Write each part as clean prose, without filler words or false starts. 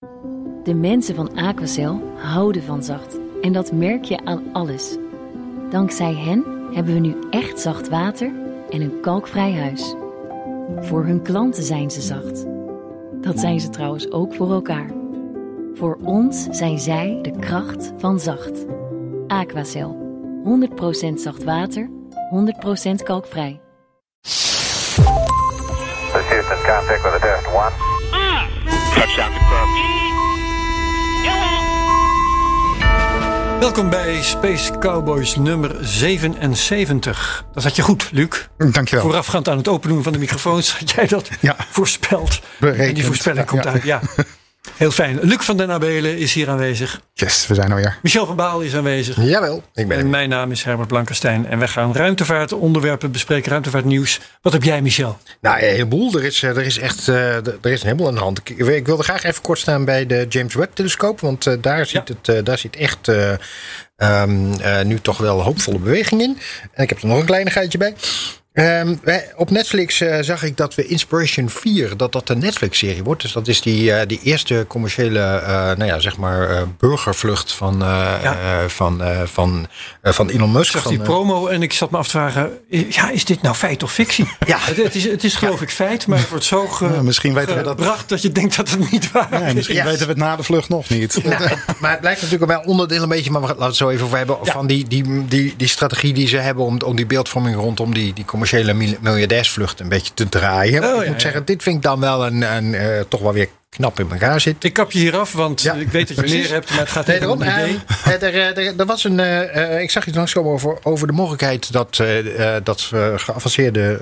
De mensen van Aquacel houden van zacht. En dat merk je aan alles. Dankzij hen hebben we nu echt zacht water en een kalkvrij huis. Voor hun klanten zijn ze zacht. Dat zijn ze trouwens ook voor elkaar. Voor ons zijn zij de kracht van zacht. Aquacel. 100% zacht water, 100% kalkvrij. Houston, contact with a test 1. Touchdown confirmed. Welkom bij Space Cowboys nummer 77. Dat had je goed, Luc. Dankjewel. Voorafgaand aan het openen van de microfoons had jij dat voorspeld. Berekend. En die voorspelling komt uit, ja. Heel fijn. Luc van den Abelen is hier aanwezig. Yes, we zijn er weer. Michel van Baal is aanwezig. Jawel, ik ben er. En mijn naam is Herbert Blankenstein. En wij gaan ruimtevaartonderwerpen bespreken, ruimtevaartnieuws. Wat heb jij, Michel? Nou, een heleboel. Er is een heleboel aan de hand. Ik wilde graag even kort staan bij de James Webb-telescoop. Want daar zit echt nu toch wel hoopvolle beweging in. En ik heb er nog een kleinigheidje bij. Op Netflix zag ik dat we Inspiration 4, dat de Netflix-serie wordt. Dus dat is die eerste commerciële, burgervlucht van Elon Musk. Ik zag die promo en ik zat me af te vragen, is dit nou feit of fictie? Ja. Het is geloof ik feit, maar het wordt zo misschien weten we gebracht dat je denkt dat het niet waar is. Misschien weten we het na de vlucht nog niet. Nou, maar het blijft natuurlijk wel onderdeel een beetje, maar laten we het zo even over hebben, van die strategie die ze hebben om die beeldvorming rondom die commerciële miljardairsvlucht een beetje te draaien. Ik moet zeggen, dit vind ik dan wel een toch wel weer knap in elkaar zit. Ik kap je hier af, want ik weet dat je meer hebt, maar het gaat even om een idee. Er was ik zag iets langskomen over de mogelijkheid dat geavanceerde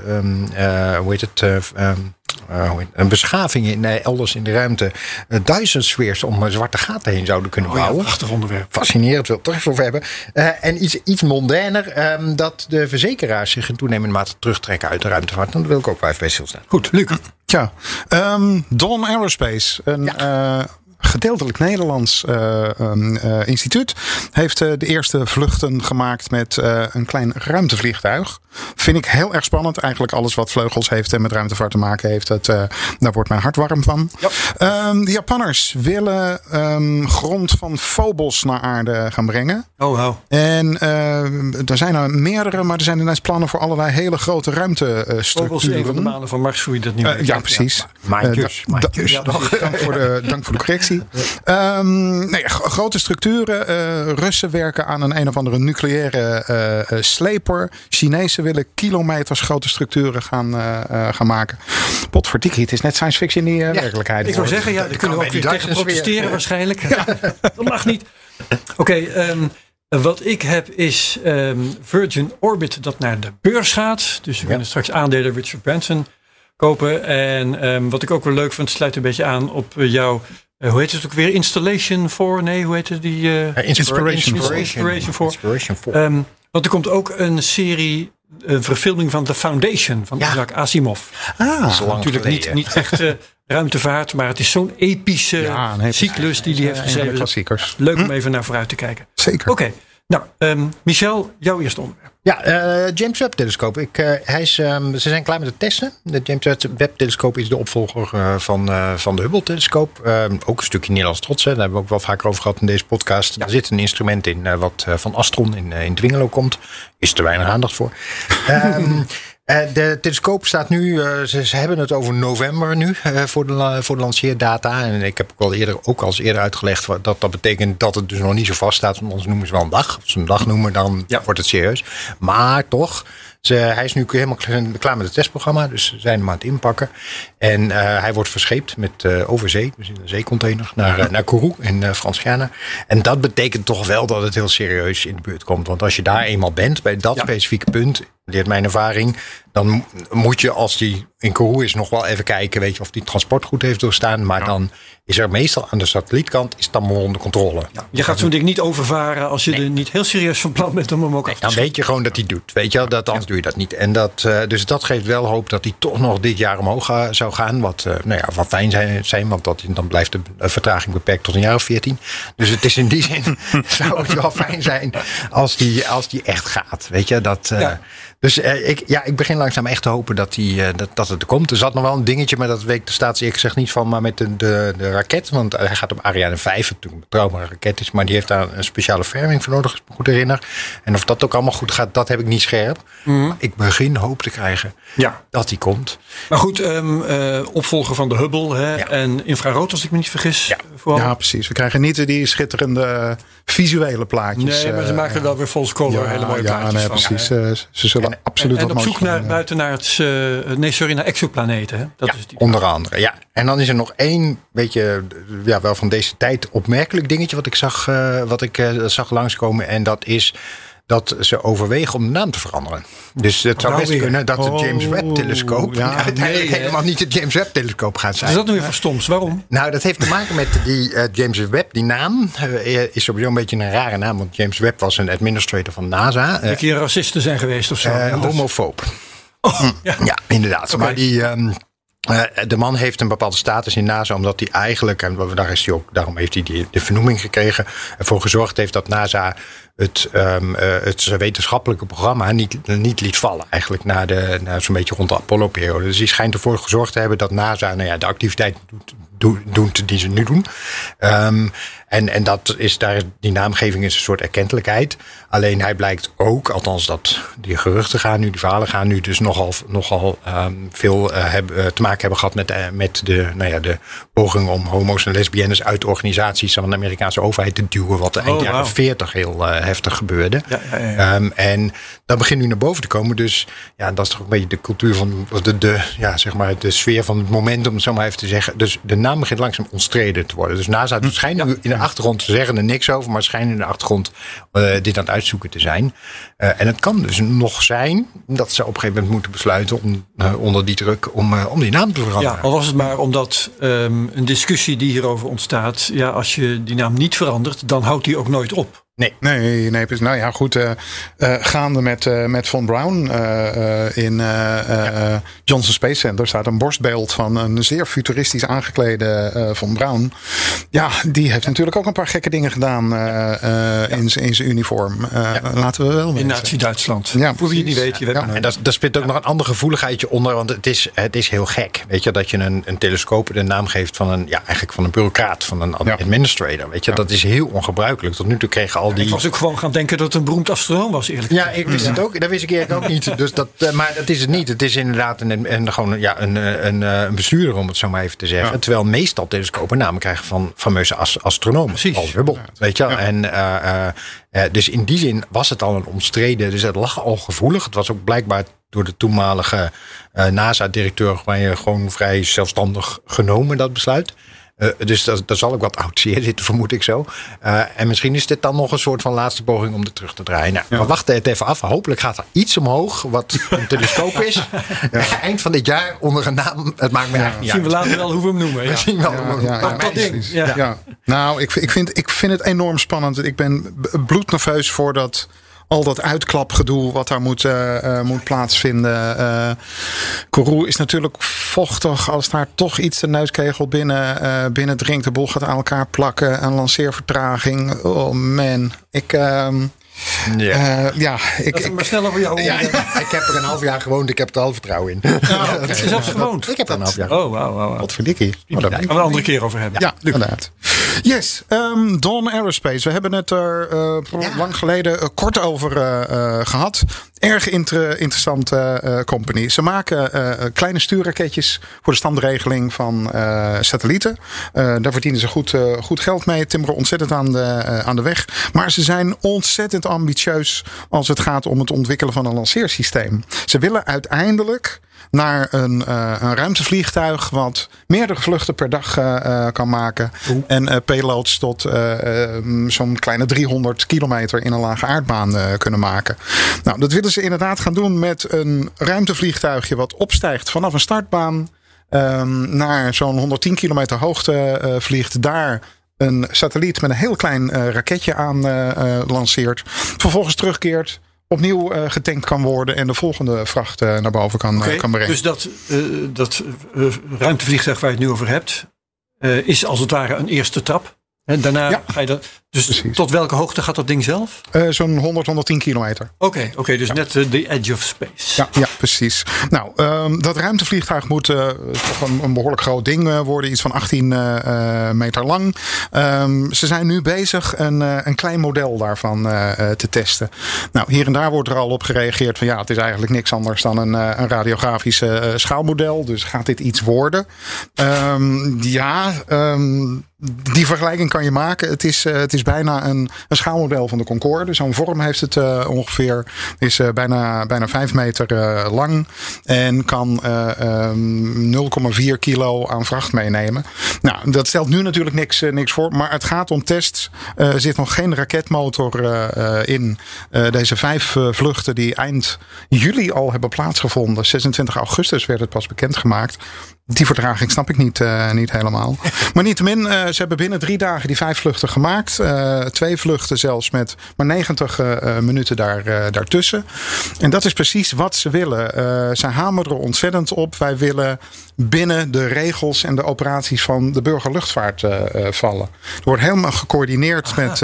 een beschaving elders in de ruimte Dyson spheres om zwarte gaten heen zouden kunnen bouwen. Prachtig onderwerp. Fascinerend, wil ik toch even over hebben. En iets mondainer, dat de verzekeraars zich in toenemende mate terugtrekken uit de ruimtevaart. Dan wil ik ook wel even bij stilstaan. Goed, Luc. Ja, Dawn Aerospace, een gedeeltelijk Nederlands instituut, heeft de eerste vluchten gemaakt met een klein ruimtevliegtuig. Vind ik heel erg spannend. Eigenlijk alles wat vleugels heeft en met ruimtevaart te maken heeft, daar wordt mijn hart warm van. Ja. De Japanners willen grond van Phobos naar aarde gaan brengen. Oh, wow. En er zijn er meerdere, maar er zijn ineens plannen voor allerlei hele grote ruimtestructuren. Phobos is een van de manen van Mars, hoe je dat niet weet. Ja, precies. Maandjes. Dank voor de correctie. Grote structuren. Russen werken aan een of andere nucleaire sleper. Chinezen willen kilometers grote structuren gaan maken. Potverdikkie, het is net science fiction in die werkelijkheid. Ik zou zeggen, daar kunnen we ook weer tegen protesteren waarschijnlijk. Ja. Dat mag niet. Oké, wat ik heb is Virgin Orbit dat naar de beurs gaat. Dus we kunnen straks aandelen Richard Branson kopen. En wat ik ook wel leuk vind, sluit een beetje aan op jouw... hoe heet het ook weer? Installation 4? Nee, hoe heet het? Inspiration 4. Want er komt ook een serie verfilming van The Foundation van Isaac Asimov. Dat is natuurlijk niet echt ruimtevaart, maar het is zo'n epische cyclus die hij heeft geschreven. Klassiekers. Leuk om even naar vooruit te kijken. Zeker. Oké. Nou, Michel, jouw eerste onderwerp. Ja, James Webb-telescoop. Ze zijn klaar met het testen. De James Webb-telescoop is de opvolger van de Hubble-telescoop. Ook een stukje Nederlands trots. Daar hebben we ook wel vaker over gehad in deze podcast. Ja. Er zit een instrument in wat van Astron in Dwingelo komt. Is te weinig aandacht voor. De telescoop staat nu, ze hebben het over november nu voor de lanceerdata. En ik heb ook al eerder uitgelegd dat betekent dat het dus nog niet zo vast staat. Want anders noemen ze wel een dag. Als ze een dag noemen, dan wordt het serieus. Maar toch, hij is nu helemaal klaar met het testprogramma. Dus ze zijn hem aan het inpakken. En hij wordt verscheept met over zee. Dus in een zeecontainer naar Kourou in Frans-Guyana. En dat betekent toch wel dat het heel serieus in de buurt komt. Want als je daar eenmaal bent, bij dat specifieke punt, leert mijn ervaring, dan moet je, als die in Kourou is, nog wel even kijken, weet je, of die transport goed heeft doorstaan. Maar dan is er meestal aan de satellietkant is het dan onder controle. Ja, je gaat zo'n ding niet overvaren als je er niet heel serieus van plan bent om hem ook af te dan weet je gewoon dat hij doet. Weet je wel, anders doe je dat niet. En dus dat geeft wel hoop dat hij toch nog dit jaar omhoog zou gaan. Wat fijn zijn, want dan blijft de vertraging beperkt tot een jaar of 14. Dus het is in die zin zou het wel fijn zijn als die echt gaat. Weet je, Dus ik begin langzaam echt te hopen dat het er komt. Er zat nog wel een dingetje, maar dat weet de staats eerlijk gezegd niet van. Maar met de raket. Want hij gaat op Ariane 5, wat natuurlijk een betrouwbare raket is. Maar die heeft daar een speciale verving voor nodig, als ik me goed herinner. En of dat ook allemaal goed gaat, dat heb ik niet scherp. Maar ik begin hoop te krijgen dat die komt. Maar goed, opvolger van de Hubble en infrarood, als ik me niet vergis. Ja, precies. We krijgen niet die schitterende visuele plaatjes. Nee, maar ze maken er wel weer false color hele mooie plaatjes van. Precies. Ze zullen absoluut en op zoek naar naar exoplaneten. Hè? Dat is onder andere, ja. En dan is er nog één beetje, wel van deze tijd opmerkelijk dingetje wat ik zag langskomen. En dat is dat ze overwegen om de naam te veranderen. Dus het zou best kunnen dat de James Webb-telescoop uiteindelijk helemaal niet de James Webb-telescoop gaat zijn. Is dat nu weer verstoms? Waarom? Nou, dat heeft te maken met die James Webb. Die naam is sowieso een beetje een rare naam, want James Webb was een administrator van NASA. Dat hier racisten zijn geweest of zo. Homofoob. Ja, inderdaad. Okay. Maar de man heeft een bepaalde status in NASA, omdat hij eigenlijk, en daarom heeft hij de vernoeming gekregen, ervoor gezorgd heeft dat NASA het wetenschappelijke programma niet liet vallen. Eigenlijk na zo'n beetje rond de Apollo-periode. Dus die schijnt ervoor gezorgd te hebben dat NASA de activiteit doet die ze nu doen. En dat is die naamgeving is een soort erkentelijkheid. Alleen hij blijkt ook, althans die geruchten gaan nu, die verhalen gaan nu dus nogal veel te maken hebben gehad met de poging om homo's en lesbiennes uit organisaties van de Amerikaanse overheid te duwen, wat eind jaren 40 heel heftig gebeurde. Ja. En dat begint nu naar boven te komen. Dus dat is toch een beetje de cultuur van de sfeer van het moment, om het zo maar even te zeggen. Dus de naam begint langzaam omstreden te worden. Dus NASA schijnt nu in de achtergrond, ze zeggen er niks over, maar schijnen in de achtergrond dit aan het uitzoeken te zijn. En het kan dus nog zijn dat ze op een gegeven moment moeten besluiten onder die druk om die naam te veranderen. Ja, al was het maar omdat een discussie die hierover ontstaat, als je die naam niet verandert, dan houdt die ook nooit op. Nee. Nou ja, goed. Gaande met Von Braun in Johnson Space Center staat een borstbeeld van een zeer futuristisch aangeklede Von Braun. Ja, die heeft natuurlijk ook een paar gekke dingen gedaan in zijn uniform. Laten we wel weten. In Nazi-Duitsland. Ja, voor wie het niet weet. En daar speelt ook nog een ander gevoeligheidje onder. Want het is heel gek. Weet je, dat je een telescoop de naam geeft van een bureaucraat, van een administrator. Weet je, dat is heel ongebruikelijk. Tot nu toe kregen al die... Ik was ook gewoon gaan denken dat het een beroemd astronoom was, eerlijk gezegd. Ja, ik wist het ook. Dat wist ik eigenlijk ook niet. Dus maar dat is het niet. Het is inderdaad een bestuurder, om het zo maar even te zeggen. Ja. Terwijl meestal telescopen namen krijgen van fameuze astronomen. Precies. Als Hubble. Weet je? Ja. En dus in die zin was het al een omstreden. Dus het lag al gevoelig. Het was ook blijkbaar door de toenmalige NASA-directeur gewoon vrij zelfstandig genomen, dat besluit. Dus daar zal ook wat oud zeer zitten, vermoed ik zo. En misschien is dit dan nog een soort van laatste poging om dit terug te draaien. Nou, we wachten het even af. Hopelijk gaat er iets omhoog, wat een telescoop is. Eind van dit jaar onder een naam. Het maakt me eigenlijk niet uit. Zien we later wel hoe we hem noemen. We zien wel hoe we hem noemen. Ja. Nou, ik vind het enorm spannend. Ik ben bloednerveus voor al dat uitklapgedoe wat daar moet plaatsvinden. Kourou is natuurlijk vochtig. Als daar toch iets de neuskegel binnen dringt. De boel gaat aan elkaar plakken. Een lanceervertraging. Oh man. Ik maar snel over jou. Ja, ik heb er een half jaar gewoond. Ik heb er al vertrouwen in. Het is zelfs gewoond. Ik heb er een half jaar. Oh, wauw. Wat verdikkie. Daar gaan we een andere keer over hebben. Ja, inderdaad. Yes, Dawn Aerospace. We hebben het er lang geleden kort over gehad. Erg interessante company. Ze maken kleine stuurraketjes voor de standregeling van satellieten. Daar verdienen ze goed geld mee. Timmeren ontzettend aan de weg. Maar ze zijn ontzettend ambitieus als het gaat om het ontwikkelen van een lanceersysteem. Ze willen uiteindelijk naar een ruimtevliegtuig wat meerdere vluchten per dag kan maken. En payloads tot zo'n kleine 300 kilometer in een lage aardbaan kunnen maken. Nou, dat willen ze inderdaad gaan doen met een ruimtevliegtuigje wat opstijgt vanaf een startbaan naar zo'n 110 kilometer hoogte vliegt. Daar een satelliet met een heel klein raketje aan lanceert. Vervolgens terugkeert. Opnieuw getankt kan worden en de volgende vracht naar boven kan brengen. Dus dat ruimtevliegtuig waar je het nu over hebt, is als het ware een eerste trap? En daarna ga je dat. Dus precies. Tot welke hoogte gaat dat ding zelf? Zo'n 110 kilometer. Oké, dus net de edge of space. Ja, precies. Nou, dat ruimtevliegtuig moet toch een behoorlijk groot ding worden. Iets van 18 meter lang. Ze zijn nu bezig een klein model daarvan te testen. Nou, hier en daar wordt er al op gereageerd van het is eigenlijk niks anders dan een radiografisch schaalmodel. Dus gaat dit iets worden? Die vergelijking kan je maken. Het is bijna een schaalmodel van de Concorde. Zo'n vorm heeft het ongeveer. Is bijna 5 meter lang. En kan 0,4 kilo aan vracht meenemen. Nou, dat stelt nu natuurlijk niks voor. Maar het gaat om tests. Er zit nog geen raketmotor in. Deze 5 vluchten die eind juli al hebben plaatsgevonden. 26 augustus werd het pas bekendgemaakt. Die vertraging snap ik niet helemaal. Maar niettemin, ze hebben binnen 3 dagen die 5 vluchten gemaakt. 2 vluchten zelfs met maar 90 minuten daartussen. En dat is precies wat ze willen. Ze hameren er ontzettend op. Wij willen binnen de regels en de operaties van de burgerluchtvaart vallen. Er wordt helemaal gecoördineerd met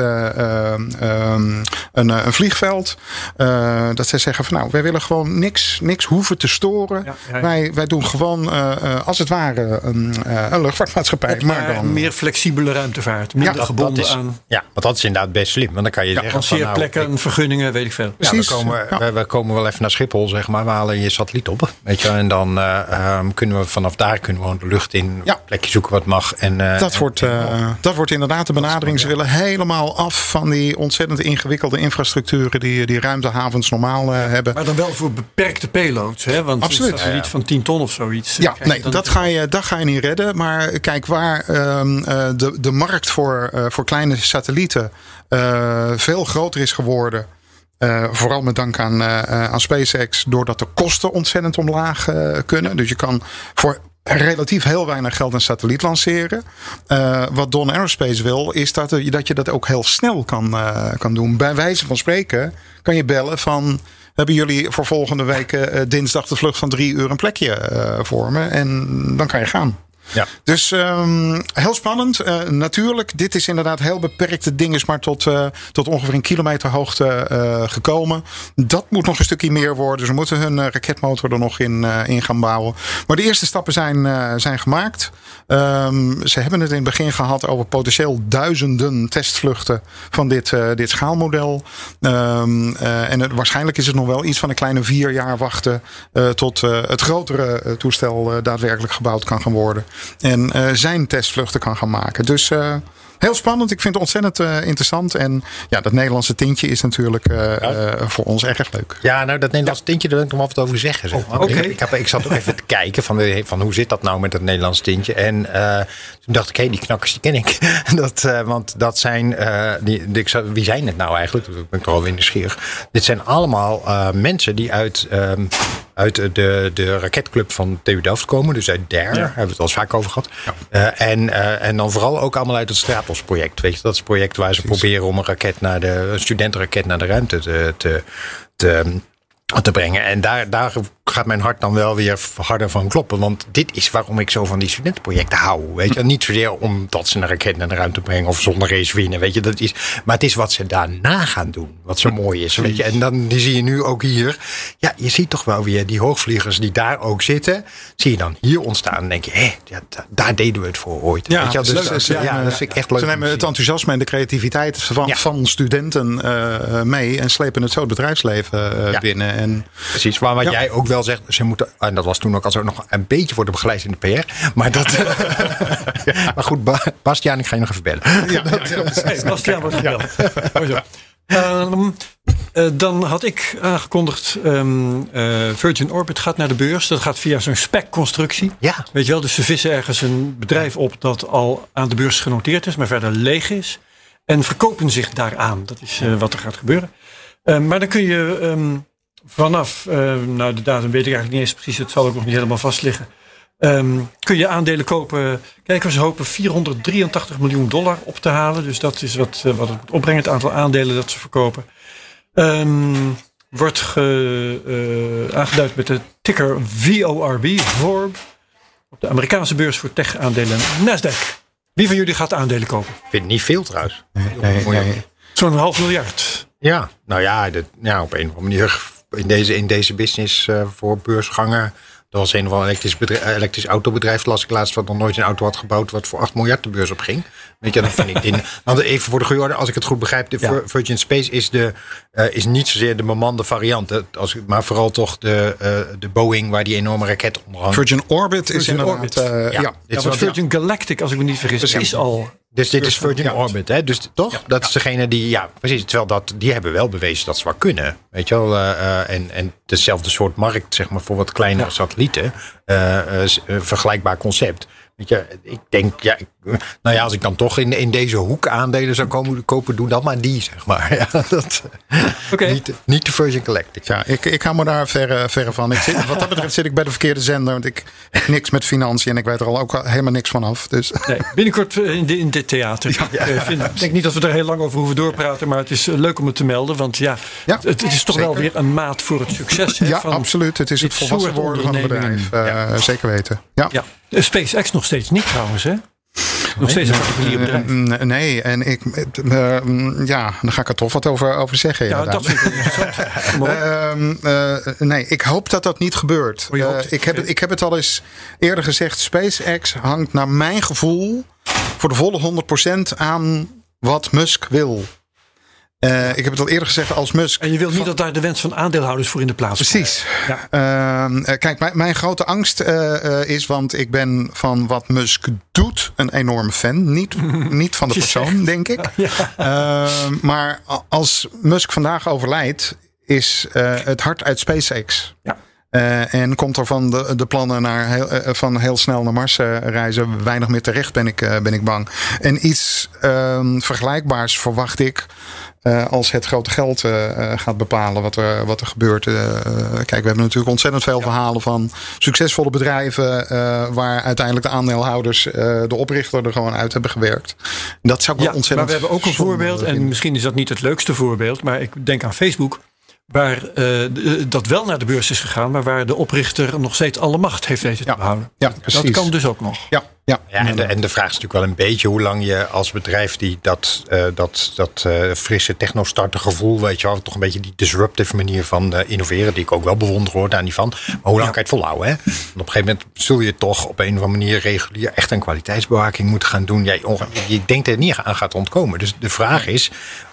een vliegveld. Dat zij zeggen van wij willen gewoon niks hoeven te storen. Ja. Wij doen gewoon als het ware een luchtvaartmaatschappij. Maar dan meer flexibele ruimtevaart. Minder gebonden aan. Ja, want dat is inderdaad best slim. Want dan kan je zeggen lanceerplekken, vergunningen, weet ik veel. Precies. We komen wel even naar Schiphol, zeg maar. We halen je satelliet op. Weet je, en dan kunnen we vanaf daar gewoon de lucht in. Een plekje zoeken wat mag. En, dat wordt inderdaad de benadering. Ze willen helemaal af van die ontzettend ingewikkelde infrastructuren die ruimtehavens normaal hebben. Maar dan wel voor beperkte payloads. Hè? Want absoluut. Een satelliet van 10 ton of zoiets. Ja, nee, dat ga je niet redden. Maar kijk, waar de markt voor kleine satellieten veel groter is geworden. Vooral met dank aan SpaceX. Doordat de kosten ontzettend omlaag kunnen. Dus je kan voor relatief heel weinig geld een satelliet lanceren. Wat Dawn Aerospace wil, is dat je dat ook heel snel kan doen. Bij wijze van spreken kan je bellen van... Hebben jullie voor volgende week dinsdag de vlucht van 3 uur een plekje voor me? En dan kan je gaan. Ja. Dus heel spannend. Natuurlijk, dit is inderdaad heel beperkt. Het ding is maar tot ongeveer 1 kilometer hoogte gekomen. Dat moet nog een stukje meer worden. Ze moeten hun raketmotor er nog in gaan bouwen. Maar de eerste stappen zijn gemaakt. Ze hebben het in het begin gehad over potentieel duizenden testvluchten van dit schaalmodel. En waarschijnlijk is het nog wel iets van een kleine 4 jaar wachten tot het grotere toestel daadwerkelijk gebouwd kan gaan worden. En zijn testvluchten kan gaan maken. Dus heel spannend. Ik vind het ontzettend interessant. En dat Nederlandse tintje is natuurlijk voor ons erg leuk. Ja, nou dat Nederlandse tintje, daar wil ik nog wel wat over zeggen. Zeg maar. Ik zat ook even te kijken van hoe zit dat nou met dat Nederlandse tintje. En toen dacht ik, die knakkers die ken ik. Want dat zijn, wie zijn het nou eigenlijk? Dat ben ik toch alweer nieuwsgierig. Dit zijn allemaal mensen die uit de raketclub van TU Delft komen. Dus uit DARE, hebben we het al eens vaak over gehad. Ja. En dan vooral ook allemaal uit het Stratos-project. Weet je, dat is het project waar ze proberen om een studentenraket naar de ruimte te brengen. En daar gaat mijn hart dan wel weer harder van kloppen. Want dit is waarom ik zo van die studentenprojecten hou. Weet je, niet zozeer omdat ze een raket naar de ruimte brengen of zonder race winnen. Weet je, maar het is wat ze daarna gaan doen. Wat zo mooi is. Weet je. En dan die zie je nu ook hier. Ja, je ziet toch wel weer die hoogvliegers die daar ook zitten. Zie je dan hier ontstaan. En denk je, daar deden we het voor ooit. Ja, weet je, dus dat vind ik echt leuk. Ze nemen het enthousiasme en de creativiteit van studenten mee. En slepen het zo het bedrijfsleven binnen. En, precies, maar wat jij ook wel zegt, ze moeten, en dat was toen ook al zo, nog een beetje worden begeleid in de PR. Maar dat. Maar goed, Bastiaan, ik ga je nog even bellen. Bastiaan wordt gebeld. Dan had ik aangekondigd, Virgin Orbit gaat naar de beurs. Dat gaat via zo'n SPAC-constructie. Ja. Weet je wel, dus ze vissen ergens een bedrijf op dat al aan de beurs genoteerd is, maar verder leeg is. En verkopen zich daaraan. Dat is wat er gaat gebeuren. Maar dan kun je vanaf, de datum weet ik eigenlijk niet eens precies, het zal ook nog niet helemaal vast liggen. Kun je aandelen kopen. Kijkers hopen $483 miljoen op te halen. Dus dat is wat het moet opbrengen, het aantal aandelen dat ze verkopen. Wordt aangeduid met de ticker VORB. Op de Amerikaanse beurs voor tech-aandelen Nasdaq. Wie van jullie gaat aandelen kopen? Ik vind het niet veel trouwens. Nee. Zo'n $500 miljoen. Ja, nou ja, op een of andere manier in deze business voor beursgangen. Er was een of ander elektrisch autobedrijf, las ik laatst, wat nog nooit een auto had gebouwd, wat voor $8 miljard de beurs op ging. Weet je, dan vind ik want even voor de goede orde, als ik het goed begrijp, de Virgin Space is niet zozeer de bemande variant, maar vooral toch de Boeing waar die enorme raket onder hangt. Virgin Orbit is inderdaad. Virgin Galactic, als ik me niet vergis, is al. Dus dit is Virgin Orbit, hè? Dus toch? Ja, dat is degene die, precies. Terwijl die hebben wel bewezen dat ze wat kunnen. Weet je wel? En dezelfde soort markt, zeg maar, voor wat kleinere satellieten. Vergelijkbaar concept. Weet je, ik denk, als ik dan toch in deze hoek aandelen zou kopen, doe dan maar die, zeg maar. Ja, niet de Virgin Galactic. Ja, ik hou me daar verre van. Wat dat betreft zit ik bij de verkeerde zender, want ik heb niks met financiën en ik weet er al ook helemaal niks van af. Dus. Nee, binnenkort in dit theater. Ik denk niet dat we er heel lang over hoeven doorpraten, maar het is leuk om het te melden, want het is toch wel weer een maat voor het succes. Ja, absoluut. Het is het volwassen worden van een bedrijf. Zeker weten. Ja. SpaceX nog steeds niet trouwens, hè? Nog steeds een particulier bedrijf. Nee, en dan ga ik er toch wat over zeggen. Ja, dat vind ik interessant. Nee, ik hoop dat dat niet gebeurt. Ik heb het al eens eerder gezegd. SpaceX hangt naar mijn gevoel voor de volle 100% aan wat Musk wil. Ik heb het al eerder gezegd als Musk. En je wilt niet dat daar de wens van aandeelhouders voor in de plaats komt. Precies. Ja. Kijk, mijn grote angst is, want ik ben van wat Musk doet een enorme fan. Niet van de persoon, denk ik. Ja. Maar als Musk vandaag overlijdt, is het hart uit SpaceX. Ja. En komt er van de plannen van heel snel naar Mars reizen weinig meer terecht, ben ik bang. En iets vergelijkbaars verwacht ik als het grote geld gaat bepalen wat er gebeurt. Kijk, we hebben natuurlijk ontzettend veel verhalen van succesvolle bedrijven waar uiteindelijk de aandeelhouders de oprichter er gewoon uit hebben gewerkt. Dat zou ik wel ontzettend. Maar we hebben ook een voorbeeld, en misschien is dat niet het leukste voorbeeld, maar ik denk aan Facebook. Waar dat wel naar de beurs is gegaan, maar waar de oprichter nog steeds alle macht heeft weten te behouden. Ja, precies. Dat kan dus ook nog. Ja. En de vraag is natuurlijk wel een beetje hoe lang je als bedrijf die dat frisse techno-starter gevoel, weet je wel, toch een beetje die disruptive manier van innoveren, die ik ook wel bewonder hoor, daar niet van. Maar hoe lang kan je het volhouden? Hè? Want op een gegeven moment zul je toch op een of andere manier regulier echt een kwaliteitsbewaking moeten gaan doen. Je denkt er niet aan gaat ontkomen. Dus de vraag is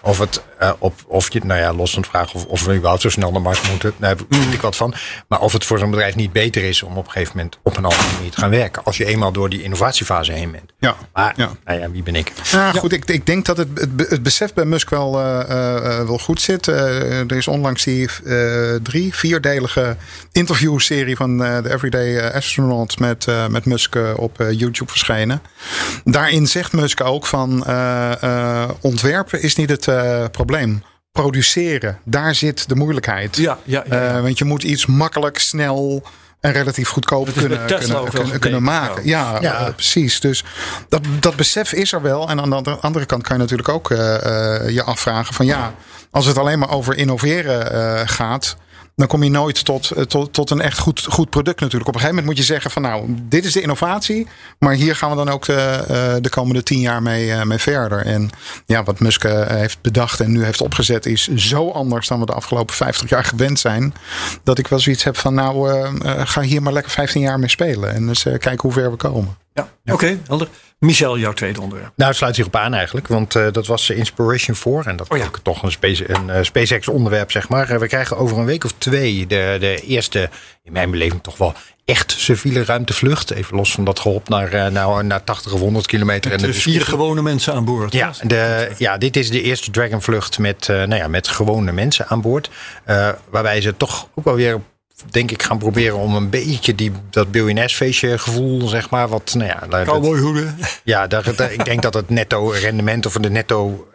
of je, los van de vraag of we überhaupt zo snel naar Mars moeten, daar vind ik wat van. Maar of het voor zo'n bedrijf niet beter is om op een gegeven moment op een andere manier te gaan werken. Als je eenmaal door die innovatiefase heen bent. Ja. Maar, wie ben ik? Goed, ik denk dat het besef bij Musk wel goed zit. Er is onlangs die 4-delige interviewserie van de Everyday Astronaut met Musk op YouTube verschenen. Daarin zegt Musk ook van ontwerpen is niet het probleem. Produceren, daar zit de moeilijkheid. Ja. Want je moet iets makkelijk, snel en relatief goedkoop kunnen maken. Ja, precies. Dus dat besef is er wel. En aan de andere kant kan je natuurlijk ook je afvragen van als het alleen maar over innoveren gaat, dan kom je nooit tot een echt goed product natuurlijk. Op een gegeven moment moet je zeggen van dit is de innovatie, maar hier gaan we dan ook de komende 10 jaar mee verder. En wat Musk heeft bedacht en nu heeft opgezet is zo anders dan we de afgelopen 50 jaar gewend zijn, dat ik wel zoiets heb van ga hier maar lekker 15 jaar mee spelen en dus kijken hoe ver we komen. Ja. Oké, helder. Michel, jouw tweede onderwerp. Nou, het sluit zich op aan eigenlijk. Want dat was Inspiration 4. En dat is ook toch een SpaceX onderwerp, zeg maar. We krijgen over een week of 2 de eerste, in mijn beleving toch wel echt civiele ruimtevlucht. Even los van dat gehop naar 80 of 100 kilometer. Met 4 gewone mensen aan boord. Dit is de eerste Dragon-vlucht met gewone mensen aan boord. Waarbij ze toch ook wel weer, denk ik, gaan proberen om een beetje dat biljonairsfeestje gevoel, zeg maar. Cowboyhoeden. Ja, ik denk dat het netto rendement of de netto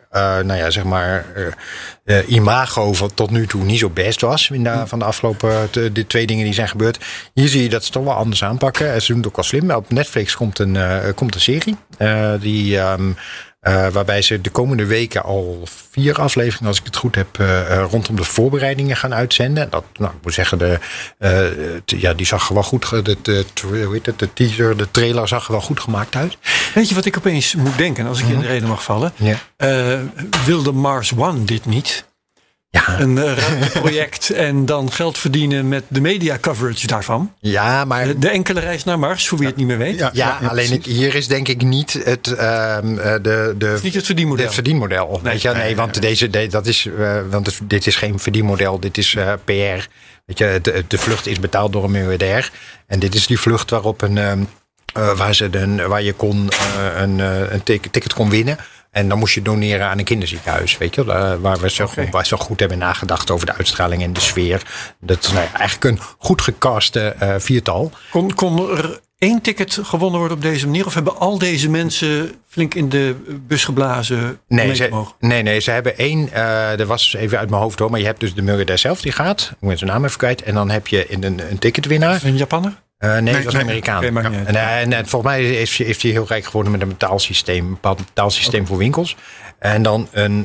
imago van tot nu toe niet zo best was van de afgelopen de 2 dingen die zijn gebeurd. Hier zie je dat ze toch wel anders aanpakken. Ze doen het ook wel slim. Op Netflix komt een serie Waarbij ze de komende weken al 4 afleveringen, als ik het goed heb, rondom de voorbereidingen gaan uitzenden. Dat, ik moet zeggen, die zag er wel goed. De teaser, de trailer zag er wel goed gemaakt uit. Weet je wat ik opeens moet denken, als ik je in de reden mag vallen? Ja. Wilde Mars One dit niet? Ja. Een ruimteproject en dan geld verdienen met de media coverage daarvan. Ja, maar de enkele reis naar Mars, voor wie het niet meer weet. Alleen hier is denk ik niet het niet het verdienmodel. Het verdienmodel. Nee, want dit is geen verdienmodel, dit is PR. Weet je, de vlucht is betaald door een miljardair. En dit is die vlucht waarop waar je een ticket kon winnen. En dan moest je doneren aan een kinderziekenhuis, weet je, waar we zo goed hebben nagedacht over de uitstraling en de sfeer. Dat is eigenlijk een goed gecaste viertal. Kon er 1 ticket gewonnen worden op deze manier? Of hebben al deze mensen flink in de bus geblazen? Nee, ze hebben 1, dat was even uit mijn hoofd hoor, maar je hebt dus de miljardair zelf die gaat. Ik ben zijn naam even kwijt. En dan heb je een ticketwinnaar. Een Japanner? Nee, dat was een Amerikaan. En volgens mij heeft hij heel rijk geworden met een bepaald betaalsysteem voor winkels. En dan een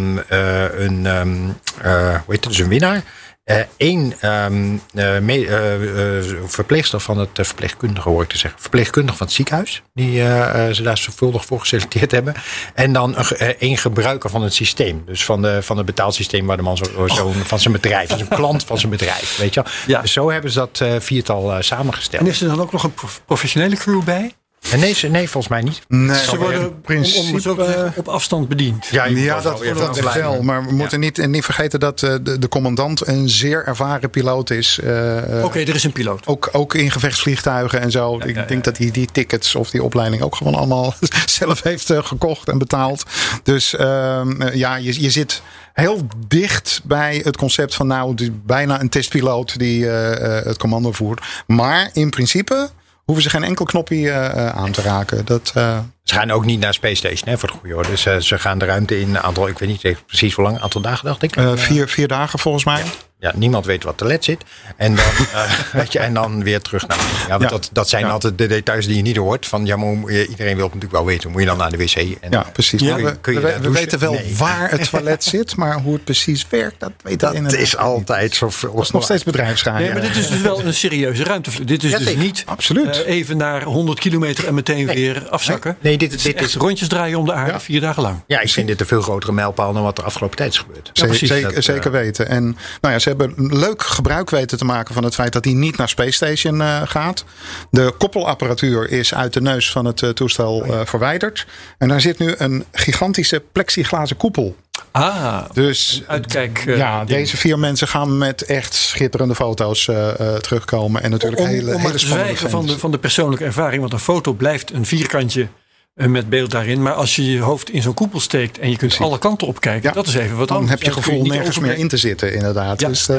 winnaar. 1 verpleegster van het verpleegkundige, hoor ik te zeggen. Verpleegkundige van het ziekenhuis. Die ze daar zorgvuldig voor geselecteerd hebben. En dan 1 gebruiker van het systeem. Dus van het betaalsysteem waar de man van zijn bedrijf. Dus een klant van zijn bedrijf. Weet je wel? Ja. Dus zo hebben ze dat viertal samengesteld. En is er dan ook nog een professionele crew bij? Nee, volgens mij niet. Nee, ze worden op afstand bediend. Ja, dat wel. Maar we moeten niet vergeten dat de commandant een zeer ervaren piloot is. Oké, er is een piloot. Ook in gevechtsvliegtuigen en zo. Ik denk dat hij die tickets of die opleiding ook gewoon allemaal zelf heeft gekocht en betaald. Dus je zit heel dicht bij het concept van bijna een testpiloot die het commando voert. Maar in principe hoeven ze geen enkel knopje aan te raken. Ze gaan ook niet naar Space Station, voor het goede hoor. Dus ze gaan de ruimte in een aantal, ik weet niet precies hoe lang, een aantal dagen dacht ik. 4 dagen volgens mij. Ja, niemand weet wat toilet zit. En dan, en dan weer terug naar. Dat zijn altijd de details die je niet hoort. Van iedereen wil natuurlijk wel weten. Moet je dan naar de wc? En precies. We weten wel waar het toilet zit, maar hoe het precies werkt, dat weten we. Dat is altijd zo. Dat is nog steeds bedrijfsgeheim. Nee, maar dit is dus wel een serieuze ruimtevlucht. Dit is dus niet even naar 100 kilometer en meteen weer afzakken. Nee, dit is rondjes draaien om de aarde 4 dagen lang. Ja, ik vind dit een veel grotere mijlpaal dan wat er afgelopen tijd is gebeurd. Zeker weten. En ze hebben leuk gebruik weten te maken van het feit dat hij niet naar Space Station gaat. De koppelapparatuur is uit de neus van het toestel verwijderd. En daar zit nu een gigantische plexiglazen koepel. Dus uitkijk. Deze 4 mensen gaan met echt schitterende foto's terugkomen. En natuurlijk hele spannende van de persoonlijke ervaring. Want een foto blijft een vierkantje met beeld daarin. Maar als je je hoofd in zo'n koepel steekt en je kunt alle kanten op kijken. Dat is even wat anders. Dan heb je gevoel nergens meer in te zitten inderdaad.